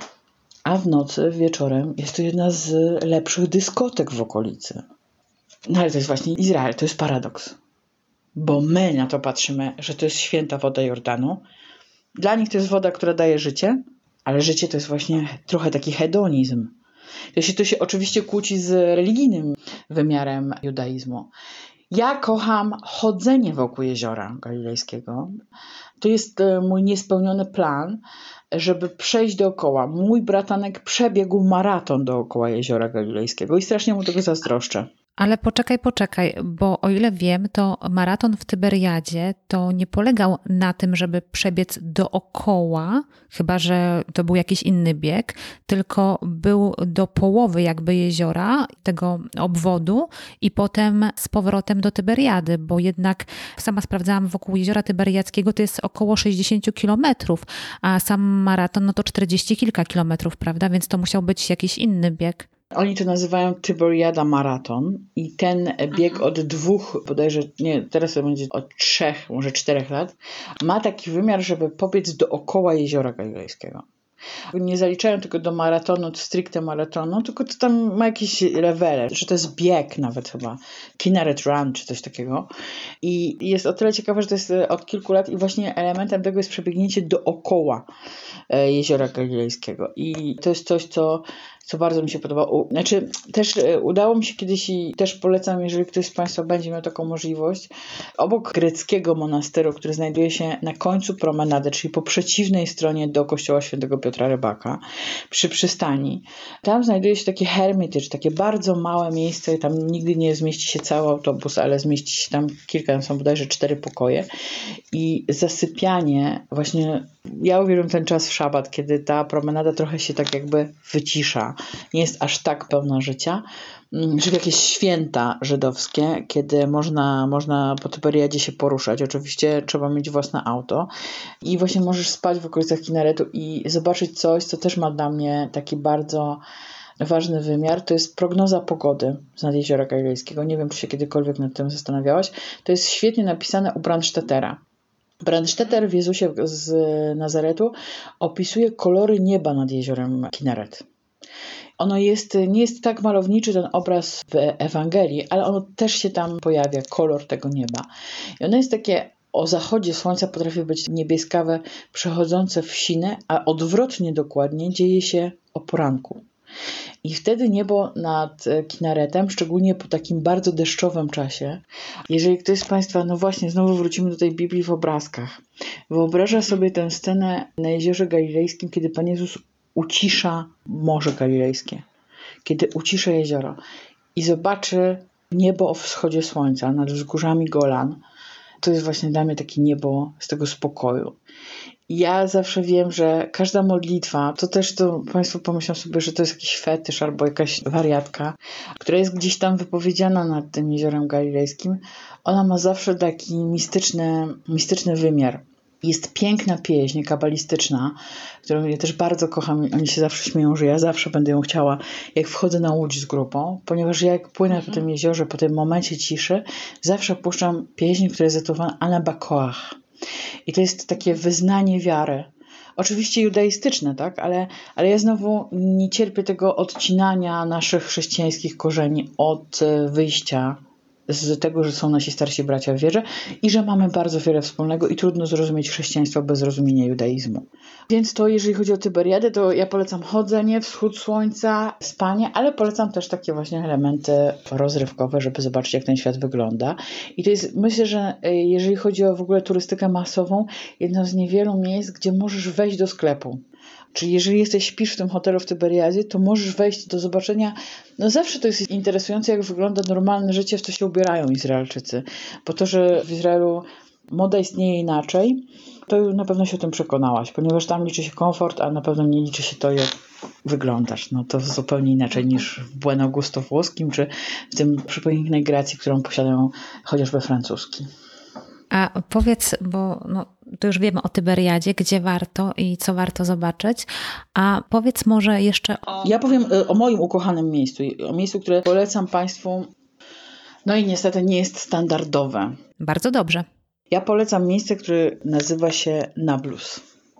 A w nocy, wieczorem jest to jedna z lepszych dyskotek w okolicy. No ale to jest właśnie Izrael, to jest paradoks. Bo my na to patrzymy, że to jest święta woda Jordanu. Dla nich to jest woda, która daje życie, ale życie to jest właśnie trochę taki hedonizm. To się, to się oczywiście kłóci z religijnym wymiarem judaizmu. Ja kocham chodzenie wokół jeziora galilejskiego. To jest mój niespełniony plan, żeby przejść dookoła. Mój bratanek przebiegł maraton dookoła jeziora galilejskiego i strasznie mu tego zazdroszczę. Ale poczekaj, poczekaj, bo o ile wiem, to maraton w Tyberiadzie to nie polegał na tym, żeby przebiec dookoła, chyba że to był jakiś inny bieg, tylko był do połowy jakby jeziora, tego obwodu i potem z powrotem do Tyberiady, bo jednak sama sprawdzałam wokół jeziora Tyberiackiego, to jest około sześćdziesiąt kilometrów, a sam maraton no to czterdzieści kilka kilometrów, prawda? Więc to musiał być jakiś inny bieg. Oni to nazywają Tyberiada Maraton i ten bieg Aha. od dwóch, bodajże, nie, teraz to będzie od trzech, może czterech lat, ma taki wymiar, żeby pobiec dookoła jeziora galilejskiego. Nie zaliczają tego do maratonu, stricte maratonu, tylko to tam ma jakieś levele, że to jest bieg nawet chyba, Kinneret Run czy coś takiego. I jest o tyle ciekawe, że to jest od kilku lat i właśnie elementem tego jest przebiegnięcie dookoła Jeziora Galilejskiego. I to jest coś, co co bardzo mi się podoba. Znaczy, też udało mi się kiedyś i też polecam, jeżeli ktoś z Państwa będzie miał taką możliwość, obok greckiego monasteru, który znajduje się na końcu promenady, czyli po przeciwnej stronie do kościoła świętego Piotra Rybaka, przy przystani. Tam znajduje się takie hermitage, takie bardzo małe miejsce, tam nigdy nie zmieści się cały autobus, ale zmieści się tam kilka, tam są bodajże cztery pokoje i zasypianie właśnie, ja uwielbiam ten czas w szabat, kiedy ta promenada trochę się tak jakby wycisza, nie jest aż tak pełna życia, że jakieś święta żydowskie, kiedy można, można po Tyberiadzie się poruszać. Oczywiście trzeba mieć własne auto i właśnie możesz spać w okolicach Kinneretu i zobaczyć coś, co też ma dla mnie taki bardzo ważny wymiar. To jest prognoza pogody z nad Jeziora Galilejskiego. Nie wiem, czy się kiedykolwiek nad tym zastanawiałaś. To jest świetnie napisane u Brandstättera. Brandstätter w Jezusie z Nazaretu opisuje kolory nieba nad jeziorem Kinneret. Ono jest, nie jest tak malowniczy ten obraz w Ewangelii, ale ono też się tam pojawia, kolor tego nieba. I ono jest takie, o zachodzie słońca potrafi być niebieskawe, przechodzące w sinę, a odwrotnie dokładnie dzieje się o poranku. I wtedy niebo nad Kinneretem, szczególnie po takim bardzo deszczowym czasie, jeżeli ktoś z Państwa, no właśnie, znowu wrócimy do tej Biblii w obrazkach, wyobraża sobie tę scenę na Jeziorze Galilejskim, kiedy Pan Jezus ucisza Morze Galilejskie, kiedy ucisza jezioro i zobaczy niebo o wschodzie słońca nad wzgórzami Golan, to jest właśnie dla mnie takie niebo z tego spokoju. Ja zawsze wiem, że każda modlitwa, to też to Państwo pomyślą sobie, że to jest jakiś fetysz albo jakaś wariatka, która jest gdzieś tam wypowiedziana nad tym Jeziorem Galilejskim, ona ma zawsze taki mistyczny, mistyczny wymiar. Jest piękna pieśń kabalistyczna, którą ja też bardzo kocham. Oni się zawsze śmieją, że ja zawsze będę ją chciała, jak wchodzę na łódź z grupą, ponieważ ja jak płynę mhm. po tym jeziorze, po tym momencie ciszy, zawsze puszczam pieśń, która jest zatytułowana Ana Bakoach. I to jest takie wyznanie wiary. Oczywiście judaistyczne, tak? Ale, ale ja znowu nie cierpię tego odcinania naszych chrześcijańskich korzeni od wyjścia z tego, że są nasi starsi bracia w wierze i że mamy bardzo wiele wspólnego i trudno zrozumieć chrześcijaństwo bez rozumienia judaizmu. Więc to jeżeli chodzi o Tyberiadę, to ja polecam chodzenie, wschód słońca, spanie, ale polecam też takie właśnie elementy rozrywkowe, żeby zobaczyć, jak ten świat wygląda. I to jest, myślę, że jeżeli chodzi o w ogóle turystykę masową, jedno z niewielu miejsc, gdzie możesz wejść do sklepu. Czyli jeżeli jesteś, śpisz w tym hotelu w Tyberiadzie, to możesz wejść do zobaczenia. No zawsze to jest interesujące, jak wygląda normalne życie, w co się ubierają Izraelczycy. Bo to, że w Izraelu moda istnieje inaczej, to na pewno się o tym przekonałaś, ponieważ tam liczy się komfort, a na pewno nie liczy się to, jak wyglądasz. No to zupełnie inaczej niż w Bueno Gusto włoskim, czy w tym przepięknej gracji, którą posiadają chociażby francuski. A powiedz, bo no, to już wiemy o Tyberiadzie, gdzie warto i co warto zobaczyć, a powiedz może jeszcze o... Ja powiem o moim ukochanym miejscu, o miejscu, które polecam Państwu, no i niestety nie jest standardowe. Bardzo dobrze. Ja polecam miejsce, które nazywa się Nablus.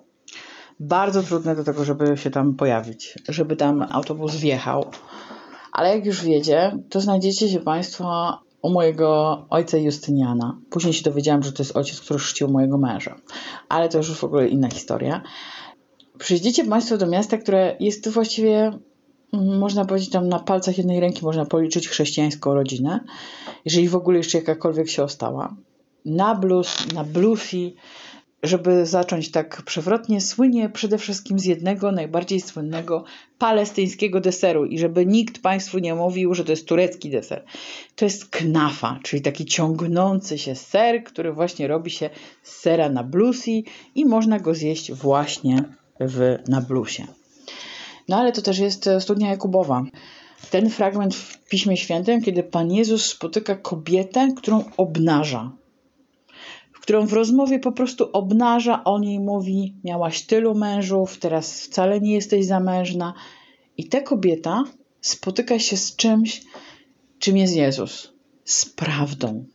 Bardzo trudne do tego, żeby się tam pojawić, żeby tam autobus wjechał, ale jak już wjedzie, to znajdziecie się Państwo u mojego ojca Justyniana. Później się dowiedziałam, że to jest ojciec, który chrzcił mojego męża. Ale to już w ogóle inna historia. Przyjdziecie Państwo do miasta, które jest właściwie, można powiedzieć, tam na palcach jednej ręki można policzyć chrześcijańską rodzinę, jeżeli w ogóle jeszcze jakakolwiek się ostała. Nablus, Nablusi, żeby zacząć tak przewrotnie, słynie przede wszystkim z jednego najbardziej słynnego palestyńskiego deseru i żeby nikt Państwu nie mówił, że to jest turecki deser. To jest knafa, czyli taki ciągnący się ser, który właśnie robi się z sera Nablusi i można go zjeść właśnie w Nablusie. No ale to też jest studnia Jakubowa. Ten fragment w Piśmie Świętym, kiedy Pan Jezus spotyka kobietę, którą obnaża. Którą w rozmowie po prostu obnaża, o niej mówi, miałaś tylu mężów, teraz wcale nie jesteś zamężna. I ta kobieta spotyka się z czymś, czym jest Jezus. Z prawdą.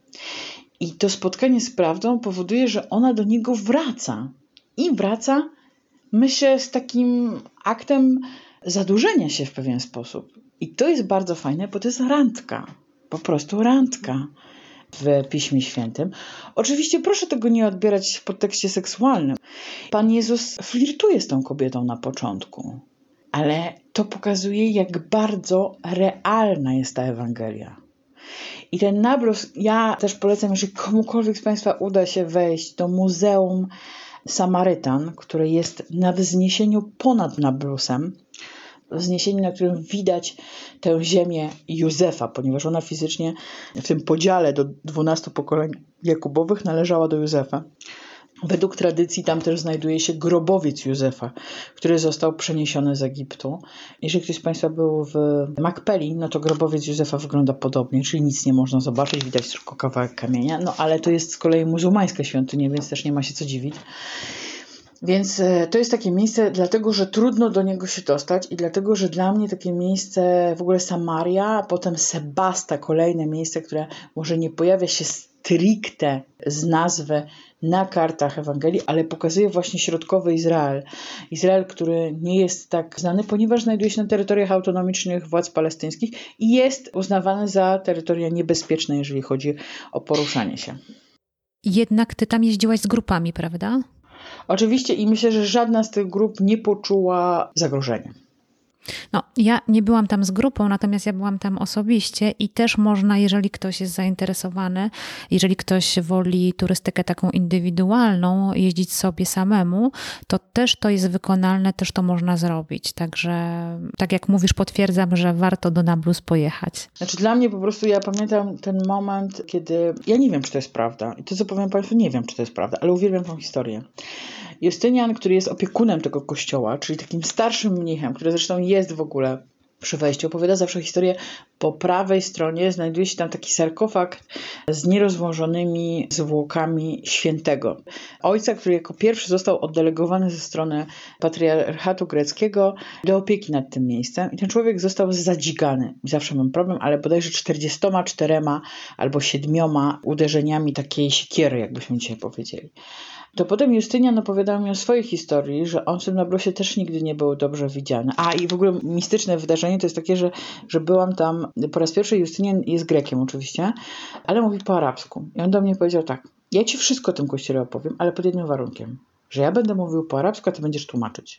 I to spotkanie z prawdą powoduje, że ona do Niego wraca. I wraca myślę, z takim aktem zadłużenia się w pewien sposób. I to jest bardzo fajne, bo to jest randka. Po prostu randka w Piśmie Świętym. Oczywiście proszę tego nie odbierać w podtekście seksualnym. Pan Jezus flirtuje z tą kobietą na początku, ale to pokazuje, jak bardzo realna jest ta Ewangelia. I ten Nablus, ja też polecam, jeżeli komukolwiek z Państwa uda się wejść do Muzeum Samarytan, które jest na wzniesieniu ponad Nablusem, wzniesieniu, na którym widać tę ziemię Józefa, ponieważ ona fizycznie w tym podziale do dwunastu pokoleń Jakubowych należała do Józefa. Według tradycji tam też znajduje się grobowiec Józefa, który został przeniesiony z Egiptu. Jeżeli ktoś z Państwa był w Makpeli, no to grobowiec Józefa wygląda podobnie, czyli nic nie można zobaczyć, widać tylko kawałek kamienia, no ale to jest z kolei muzułmańska świątynia, więc też nie ma się co dziwić. Więc to jest takie miejsce, dlatego że trudno do niego się dostać i dlatego, że dla mnie takie miejsce, w ogóle Samaria, a potem Sebasta, kolejne miejsce, które może nie pojawia się stricte z nazwy na kartach Ewangelii, ale pokazuje właśnie środkowy Izrael. Izrael, który nie jest tak znany, ponieważ znajduje się na terytoriach autonomicznych władz palestyńskich i jest uznawany za terytoria niebezpieczne, jeżeli chodzi o poruszanie się. Jednak ty tam jeździłaś z grupami, prawda? Oczywiście i myślę, że żadna z tych grup nie poczuła zagrożenia. No, ja nie byłam tam z grupą, natomiast ja byłam tam osobiście i też można, jeżeli ktoś jest zainteresowany, jeżeli ktoś woli turystykę taką indywidualną, jeździć sobie samemu, to też to jest wykonalne, też to można zrobić. Także, tak jak mówisz, potwierdzam, że warto do Nablus pojechać. Znaczy dla mnie po prostu, ja pamiętam ten moment, kiedy, ja nie wiem, czy to jest prawda i to, co powiem Państwu, nie wiem, czy to jest prawda, ale uwielbiam tą historię. Justynian, który jest opiekunem tego kościoła, czyli takim starszym mnichem, który zresztą jest w ogóle przy wejściu, opowiada zawsze historię. Po prawej stronie znajduje się tam taki sarkofag z nierozłożonymi zwłokami świętego. Ojca, który jako pierwszy został oddelegowany ze strony patriarchatu greckiego do opieki nad tym miejscem. I ten człowiek został zadzigany. Zawsze mam problem, ale bodajże czterdziestoma czterema albo siedmioma uderzeniami takiej siekiery, jakbyśmy dzisiaj powiedzieli. To potem Justynian opowiadał mi o swojej historii, że on w tym Nablusie też nigdy nie był dobrze widziany. A i w ogóle mistyczne wydarzenie to jest takie, że, że byłam tam, po raz pierwszy Justynian jest Grekiem oczywiście, ale mówi po arabsku. I on do mnie powiedział tak, ja ci wszystko o tym kościele opowiem, ale pod jednym warunkiem, że ja będę mówił po arabsku, a ty będziesz tłumaczyć.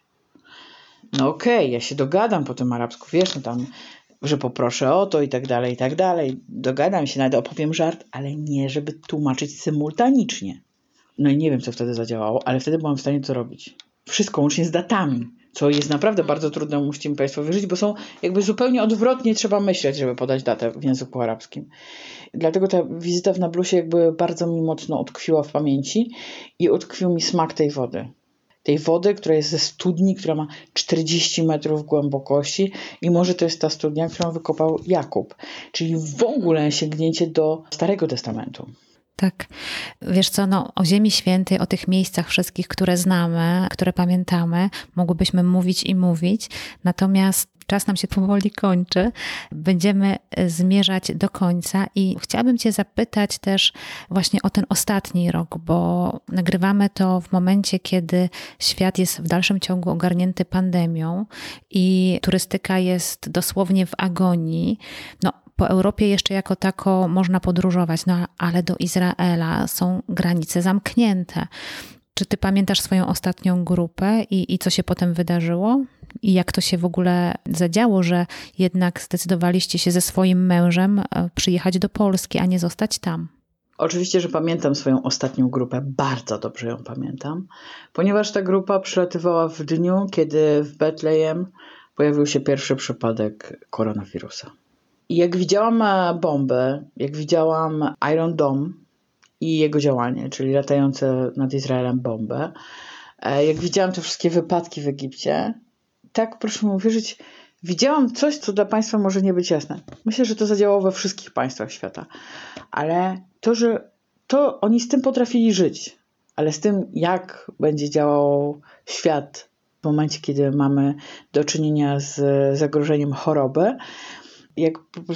No okej, okay, ja się dogadam po tym arabsku, wiesz, no tam, że poproszę o to i tak dalej, i tak dalej. Dogadam się, nawet opowiem żart, ale nie, żeby tłumaczyć symultanicznie. No i nie wiem, co wtedy zadziałało, ale wtedy byłam w stanie to robić. Wszystko łącznie z datami, co jest naprawdę bardzo trudne, musicie mi Państwo wierzyć, bo są jakby zupełnie odwrotnie trzeba myśleć, żeby podać datę w języku arabskim. Dlatego ta wizyta w Nablusie jakby bardzo mi mocno utkwiła w pamięci i utkwił mi smak tej wody. Tej wody, która jest ze studni, która ma czterdzieści metrów głębokości i może to jest ta studnia, którą wykopał Jakub. Czyli w ogóle sięgnięcie do Starego Testamentu. Tak. Wiesz co, no, o Ziemi Świętej, o tych miejscach wszystkich, które znamy, które pamiętamy, mogłybyśmy mówić i mówić, natomiast czas nam się powoli kończy. Będziemy zmierzać do końca i chciałabym Cię zapytać też właśnie o ten ostatni rok, bo nagrywamy to w momencie, kiedy świat jest w dalszym ciągu ogarnięty pandemią i turystyka jest dosłownie w agonii. No, po Europie jeszcze jako tako można podróżować, no ale do Izraela są granice zamknięte. Czy ty pamiętasz swoją ostatnią grupę i, i co się potem wydarzyło? I jak to się w ogóle zadziało, że jednak zdecydowaliście się ze swoim mężem przyjechać do Polski, a nie zostać tam? Oczywiście, że pamiętam swoją ostatnią grupę, bardzo dobrze ją pamiętam, ponieważ ta grupa przylatywała w dniu, kiedy w Betlejem pojawił się pierwszy przypadek koronawirusa. I jak widziałam bombę, jak widziałam Iron Dome i jego działanie, czyli latające nad Izraelem bombę, jak widziałam te wszystkie wypadki w Egipcie, tak proszę mi uwierzyć, widziałam coś, co dla Państwa może nie być jasne. Myślę, że to zadziałało we wszystkich państwach świata. Ale to, że to oni z tym potrafili żyć, ale z tym, jak będzie działał świat w momencie, kiedy mamy do czynienia z zagrożeniem choroby, jak po prostu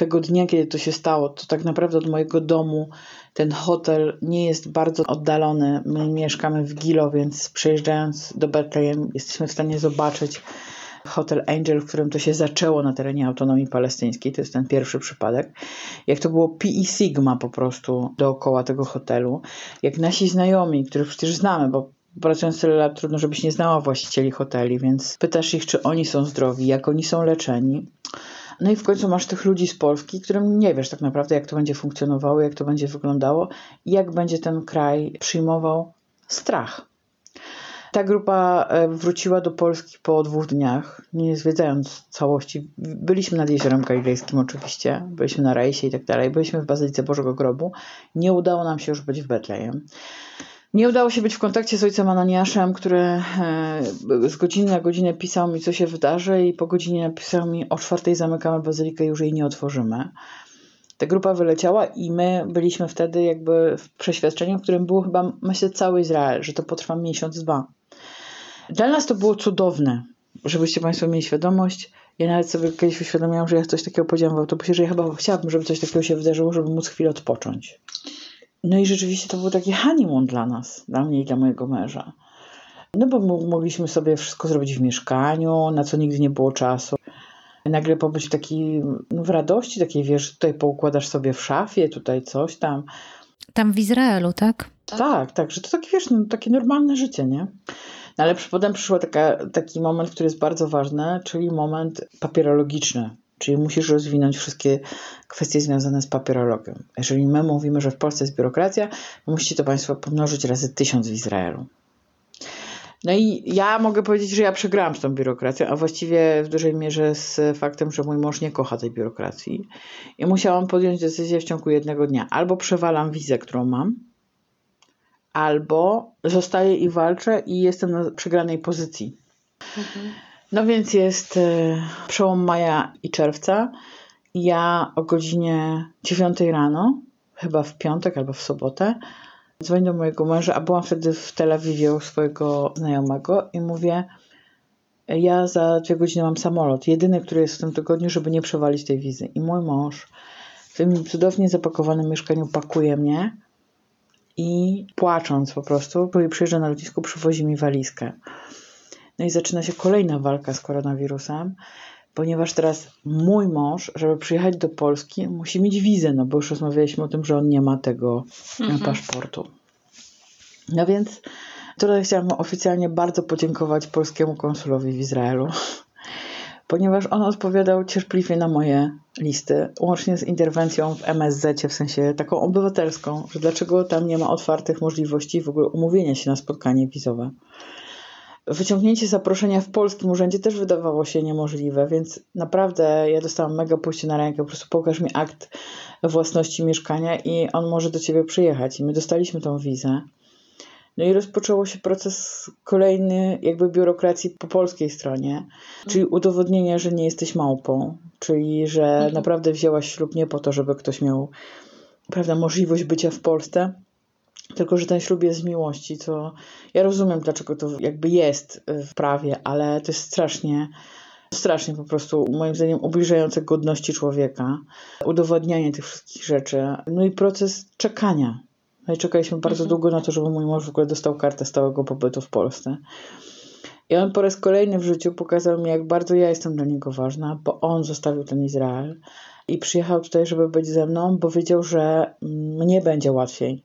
tego dnia, kiedy to się stało, to tak naprawdę od mojego domu ten hotel nie jest bardzo oddalony. My mieszkamy w Gilo, więc przejeżdżając do Betlejem jesteśmy w stanie zobaczyć Hotel Angel, w którym to się zaczęło na terenie autonomii palestyńskiej. To jest ten pierwszy przypadek. Jak to było Pi i Sigma po prostu dookoła tego hotelu. Jak nasi znajomi, których przecież znamy, bo pracując tyle lat trudno, żebyś nie znała właścicieli hoteli, więc pytasz ich, czy oni są zdrowi, jak oni są leczeni. No i w końcu masz tych ludzi z Polski, którym nie wiesz tak naprawdę, jak to będzie funkcjonowało, jak to będzie wyglądało i jak będzie ten kraj przyjmował strach. Ta grupa wróciła do Polski po dwóch dniach, nie zwiedzając całości. Byliśmy nad Jeziorem Galilejskim oczywiście, byliśmy na rejsie i tak dalej, byliśmy w Bazylice Bożego Grobu. Nie udało nam się już być w Betlejem. Nie udało się być w kontakcie z ojcem Ananiaszem, który z godziny na godzinę pisał mi, co się wydarzy i po godzinie napisał mi, o czwartej zamykamy bazylikę i już jej nie otworzymy. Ta grupa wyleciała i my byliśmy wtedy jakby w przeświadczeniu, w którym był chyba, myślę, cały Izrael, że to potrwa miesiąc, dwa. Dla nas to było cudowne, żebyście Państwo mieli świadomość. Ja nawet sobie kiedyś uświadomiłam, że ja coś takiego powiedziałam w autobusie, że ja chyba chciałabym, żeby coś takiego się wydarzyło, żeby móc chwilę odpocząć. No i rzeczywiście to był taki honeymoon dla nas, dla mnie i dla mojego męża. No bo mogliśmy sobie wszystko zrobić w mieszkaniu, na co nigdy nie było czasu. Nagle pobyć w takiej, no w radości takiej, wiesz, tutaj poukładasz sobie w szafie, tutaj coś tam. Tam w Izraelu, tak? Tak, tak, że to takie, wiesz, no, takie normalne życie, nie? No ale potem przyszło taka, taki moment, który jest bardzo ważny, czyli moment papierologiczny. Czyli musisz rozwinąć wszystkie kwestie związane z papierologią. Jeżeli my mówimy, że w Polsce jest biurokracja, to musicie to Państwo pomnożyć razy tysiąc w Izraelu. No i ja mogę powiedzieć, że ja przegrałam z tą biurokracją, a właściwie w dużej mierze z faktem, że mój mąż nie kocha tej biurokracji. I musiałam podjąć decyzję w ciągu jednego dnia. Albo przewalam wizę, którą mam, albo zostaję i walczę i jestem na przegranej pozycji. Mhm. No więc jest przełom maja i czerwca. Ja o godzinie dziewiątej rano, chyba w piątek albo w sobotę, dzwonię do mojego męża, a byłam wtedy w Tel Awiwie u swojego znajomego i mówię, ja za dwie godziny mam samolot, jedyny, który jest w tym tygodniu, żeby nie przewalić tej wizy. I mój mąż w tym cudownie zapakowanym mieszkaniu pakuje mnie i płacząc po prostu, przyjeżdża na lotnisku, przywozi mi walizkę. No i zaczyna się kolejna walka z koronawirusem, ponieważ teraz mój mąż, żeby przyjechać do Polski, musi mieć wizę, no bo już rozmawialiśmy o tym, że on nie ma tego mhm. paszportu. No więc tutaj chciałam oficjalnie bardzo podziękować polskiemu konsulowi w Izraelu, ponieważ on odpowiadał cierpliwie na moje listy, łącznie z interwencją w M S Z-cie, w sensie taką obywatelską, że dlaczego tam nie ma otwartych możliwości w ogóle umówienia się na spotkanie wizowe. Wyciągnięcie zaproszenia w polskim urzędzie też wydawało się niemożliwe, więc naprawdę ja dostałam mega pójście na rękę, po prostu pokaż mi akt własności mieszkania i on może do ciebie przyjechać. I my dostaliśmy tą wizę. No i rozpoczęło się proces kolejny jakby biurokracji po polskiej stronie, czyli udowodnienie, że nie jesteś małpą, czyli że mhm. naprawdę wzięłaś ślub nie po to, żeby ktoś miał, prawda, możliwość bycia w Polsce, tylko że ten ślub jest z miłości, co ja rozumiem, dlaczego to jakby jest w prawie, ale to jest strasznie, strasznie po prostu moim zdaniem ubliżające godności człowieka, udowodnianie tych wszystkich rzeczy, no i proces czekania. No i czekaliśmy bardzo mhm. długo na to, żeby mój mąż w ogóle dostał kartę stałego pobytu w Polsce. I on po raz kolejny w życiu pokazał mi, jak bardzo ja jestem dla niego ważna, bo on zostawił ten Izrael i przyjechał tutaj, żeby być ze mną, bo wiedział, że mnie będzie łatwiej.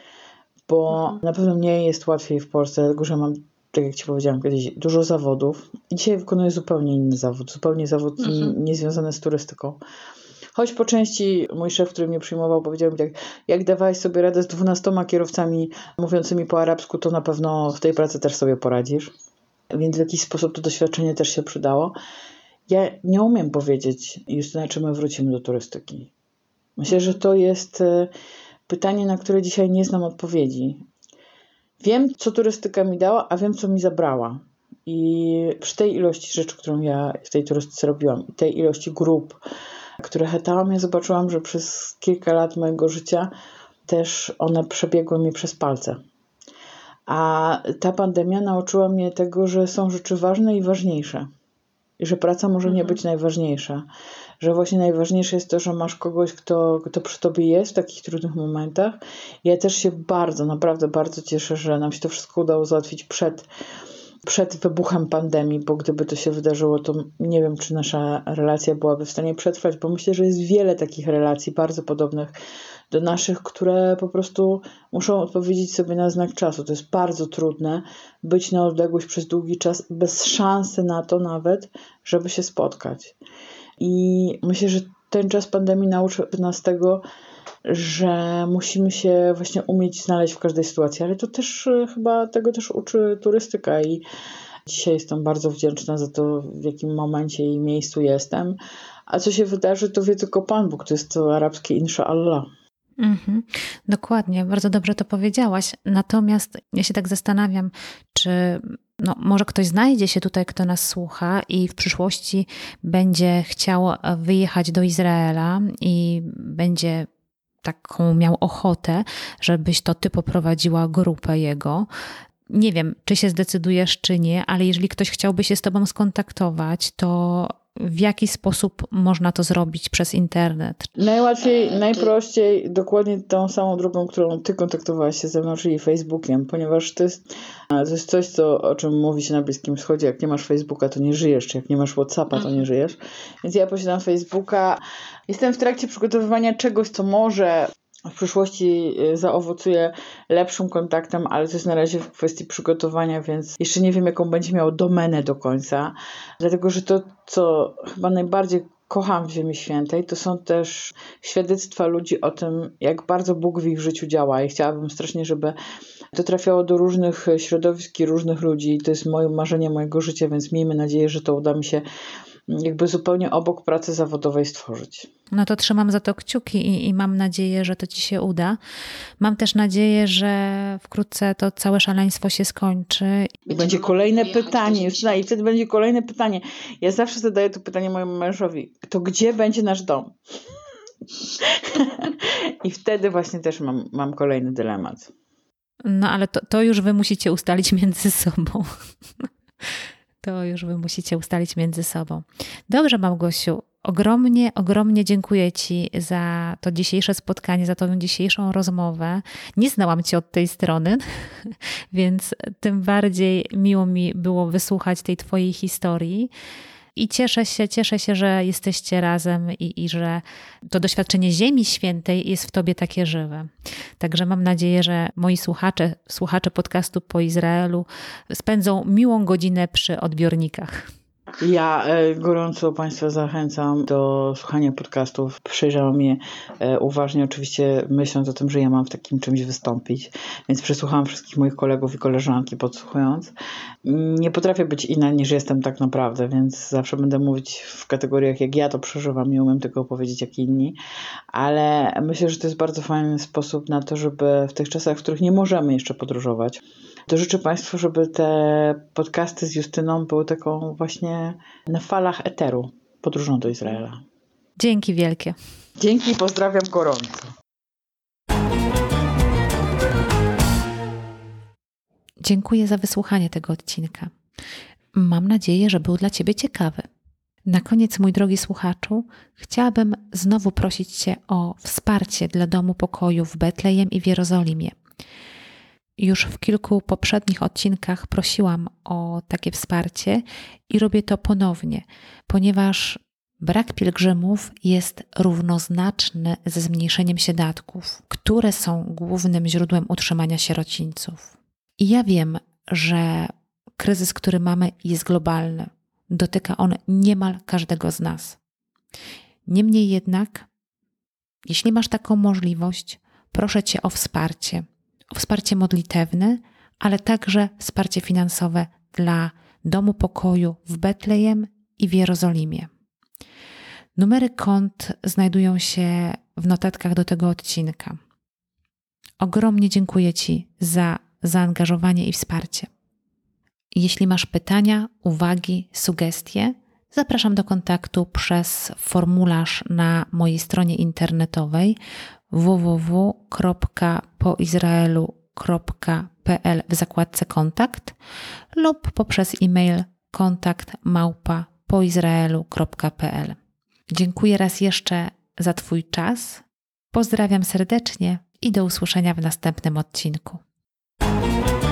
Bo mhm. na pewno nie jest łatwiej w Polsce, dlatego że mam, tak jak Ci powiedziałam kiedyś, dużo zawodów. I dzisiaj wykonuję zupełnie inny zawód, zupełnie zawód mhm. niezwiązany z turystyką. Choć po części mój szef, który mnie przyjmował, powiedział mi tak, jak dawałeś sobie radę z dwunastoma kierowcami mówiącymi po arabsku, to na pewno w tej pracy też sobie poradzisz. Więc w jakiś sposób to doświadczenie też się przydało. Ja nie umiem powiedzieć, Justyna, czy my wrócimy do turystyki. Myślę, że to jest pytanie, na które dzisiaj nie znam odpowiedzi. Wiem, co turystyka mi dała, a wiem, co mi zabrała. I przy tej ilości rzeczy, którą ja w tej turystyce robiłam, i tej ilości grup, które hetałam, ja zobaczyłam, że przez kilka lat mojego życia też one przebiegły mi przez palce. A ta pandemia nauczyła mnie tego, że są rzeczy ważne i ważniejsze. I że praca może mhm. nie być najważniejsza. że właśnie najważniejsze jest to, że masz kogoś, kto, kto przy tobie jest w takich trudnych momentach. Ja też się bardzo, naprawdę bardzo cieszę, że nam się to wszystko udało załatwić przed przed wybuchem pandemii, bo gdyby to się wydarzyło, to nie wiem, czy nasza relacja byłaby w stanie przetrwać, bo myślę, że jest wiele takich relacji bardzo podobnych do naszych, które po prostu muszą odpowiedzieć sobie na znak czasu. To jest bardzo trudne być na odległość przez długi czas, bez szansy na to nawet, żeby się spotkać. I myślę, że ten czas pandemii nauczył nas tego, że musimy się właśnie umieć znaleźć w każdej sytuacji, ale to też chyba tego też uczy turystyka i dzisiaj jestem bardzo wdzięczna za to, w jakim momencie i miejscu jestem. A co się wydarzy, to wie tylko Pan Bóg, to jest to arabskie inshallah. Mhm, dokładnie, bardzo dobrze to powiedziałaś. Natomiast ja się tak zastanawiam, czy no, może ktoś znajdzie się tutaj, kto nas słucha i w przyszłości będzie chciał wyjechać do Izraela i będzie taką miał ochotę, żebyś to ty poprowadziła grupę jego. Nie wiem, czy się zdecydujesz, czy nie, ale jeżeli ktoś chciałby się z tobą skontaktować, to w jaki sposób można to zrobić przez internet? Najłatwiej, najprościej, dokładnie tą samą drogą, którą ty kontaktowałaś się ze mną, czyli Facebookiem, ponieważ to jest, to jest coś, co, o czym mówi się na Bliskim Wschodzie. Jak nie masz Facebooka, to nie żyjesz, czy jak nie masz WhatsAppa, to nie żyjesz. Więc ja posiadam Facebooka. Jestem w trakcie przygotowywania czegoś, co może w przyszłości zaowocuje lepszym kontaktem, ale to jest na razie w kwestii przygotowania, więc jeszcze nie wiem, jaką będzie miało domenę do końca. Dlatego, że to, co chyba najbardziej kocham w Ziemi Świętej, to są też świadectwa ludzi o tym, jak bardzo Bóg w ich życiu działa. I chciałabym strasznie, żeby to trafiało do różnych środowisk i różnych ludzi. To jest moje marzenie mojego życia, więc miejmy nadzieję, że to uda mi się jakby zupełnie obok pracy zawodowej stworzyć. No to trzymam za to kciuki i, i mam nadzieję, że to ci się uda. Mam też nadzieję, że wkrótce to całe szaleństwo się skończy. I będzie kolejne pytanie, Justyna, i wtedy będzie kolejne pytanie. Ja zawsze zadaję to pytanie mojemu mężowi. To gdzie będzie nasz dom? I wtedy właśnie też mam, mam kolejny dylemat. No ale to, to już wy musicie ustalić między sobą. To już wy musicie ustalić między sobą. Dobrze, Małgosiu, ogromnie, ogromnie dziękuję ci za to dzisiejsze spotkanie, za tą dzisiejszą rozmowę. Nie znałam cię od tej strony, więc tym bardziej miło mi było wysłuchać tej twojej historii. I cieszę się, cieszę się, że jesteście razem i, i że to doświadczenie Ziemi Świętej jest w tobie takie żywe. Także mam nadzieję, że moi słuchacze, słuchacze podcastu Po Izraelu spędzą miłą godzinę przy odbiornikach. Ja e, gorąco Państwa zachęcam do słuchania podcastów. Przejrzałam je e, uważnie, oczywiście myśląc o tym, że ja mam w takim czymś wystąpić, więc przesłuchałam wszystkich moich kolegów i koleżanki podsłuchując. Nie potrafię być inna niż jestem tak naprawdę, więc zawsze będę mówić w kategoriach, jak ja to przeżywam, nie umiem tego opowiedzieć jak inni, ale myślę, że to jest bardzo fajny sposób na to, żeby w tych czasach, w których nie możemy jeszcze podróżować, to życzę Państwu, żeby te podcasty z Justyną były taką właśnie na falach eteru podróżą do Izraela. Dzięki wielkie. Dzięki, pozdrawiam gorąco. Dziękuję za wysłuchanie tego odcinka. Mam nadzieję, że był dla Ciebie ciekawy. Na koniec, mój drogi słuchaczu, chciałabym znowu prosić Cię o wsparcie dla Domu Pokoju w Betlejem i w Jerozolimie. Już w kilku poprzednich odcinkach prosiłam o takie wsparcie i robię to ponownie, ponieważ brak pielgrzymów jest równoznaczny ze zmniejszeniem się datków, które są głównym źródłem utrzymania sierocińców. I ja wiem, że kryzys, który mamy, jest globalny. Dotyka on niemal każdego z nas. Niemniej jednak, jeśli masz taką możliwość, proszę Cię o wsparcie. O wsparcie modlitewne, ale także wsparcie finansowe dla Domu Pokoju w Betlejem i w Jerozolimie. Numery kont znajdują się w notatkach do tego odcinka. Ogromnie dziękuję Ci za zaangażowanie i wsparcie. Jeśli masz pytania, uwagi, sugestie, zapraszam do kontaktu przez formularz na mojej stronie internetowej w w w kropka po izraelu kropka p l w zakładce kontakt lub poprzez e-mail kontakt małpa poizraelu kropka p l. Dziękuję raz jeszcze za Twój czas. Pozdrawiam serdecznie i do usłyszenia w następnym odcinku.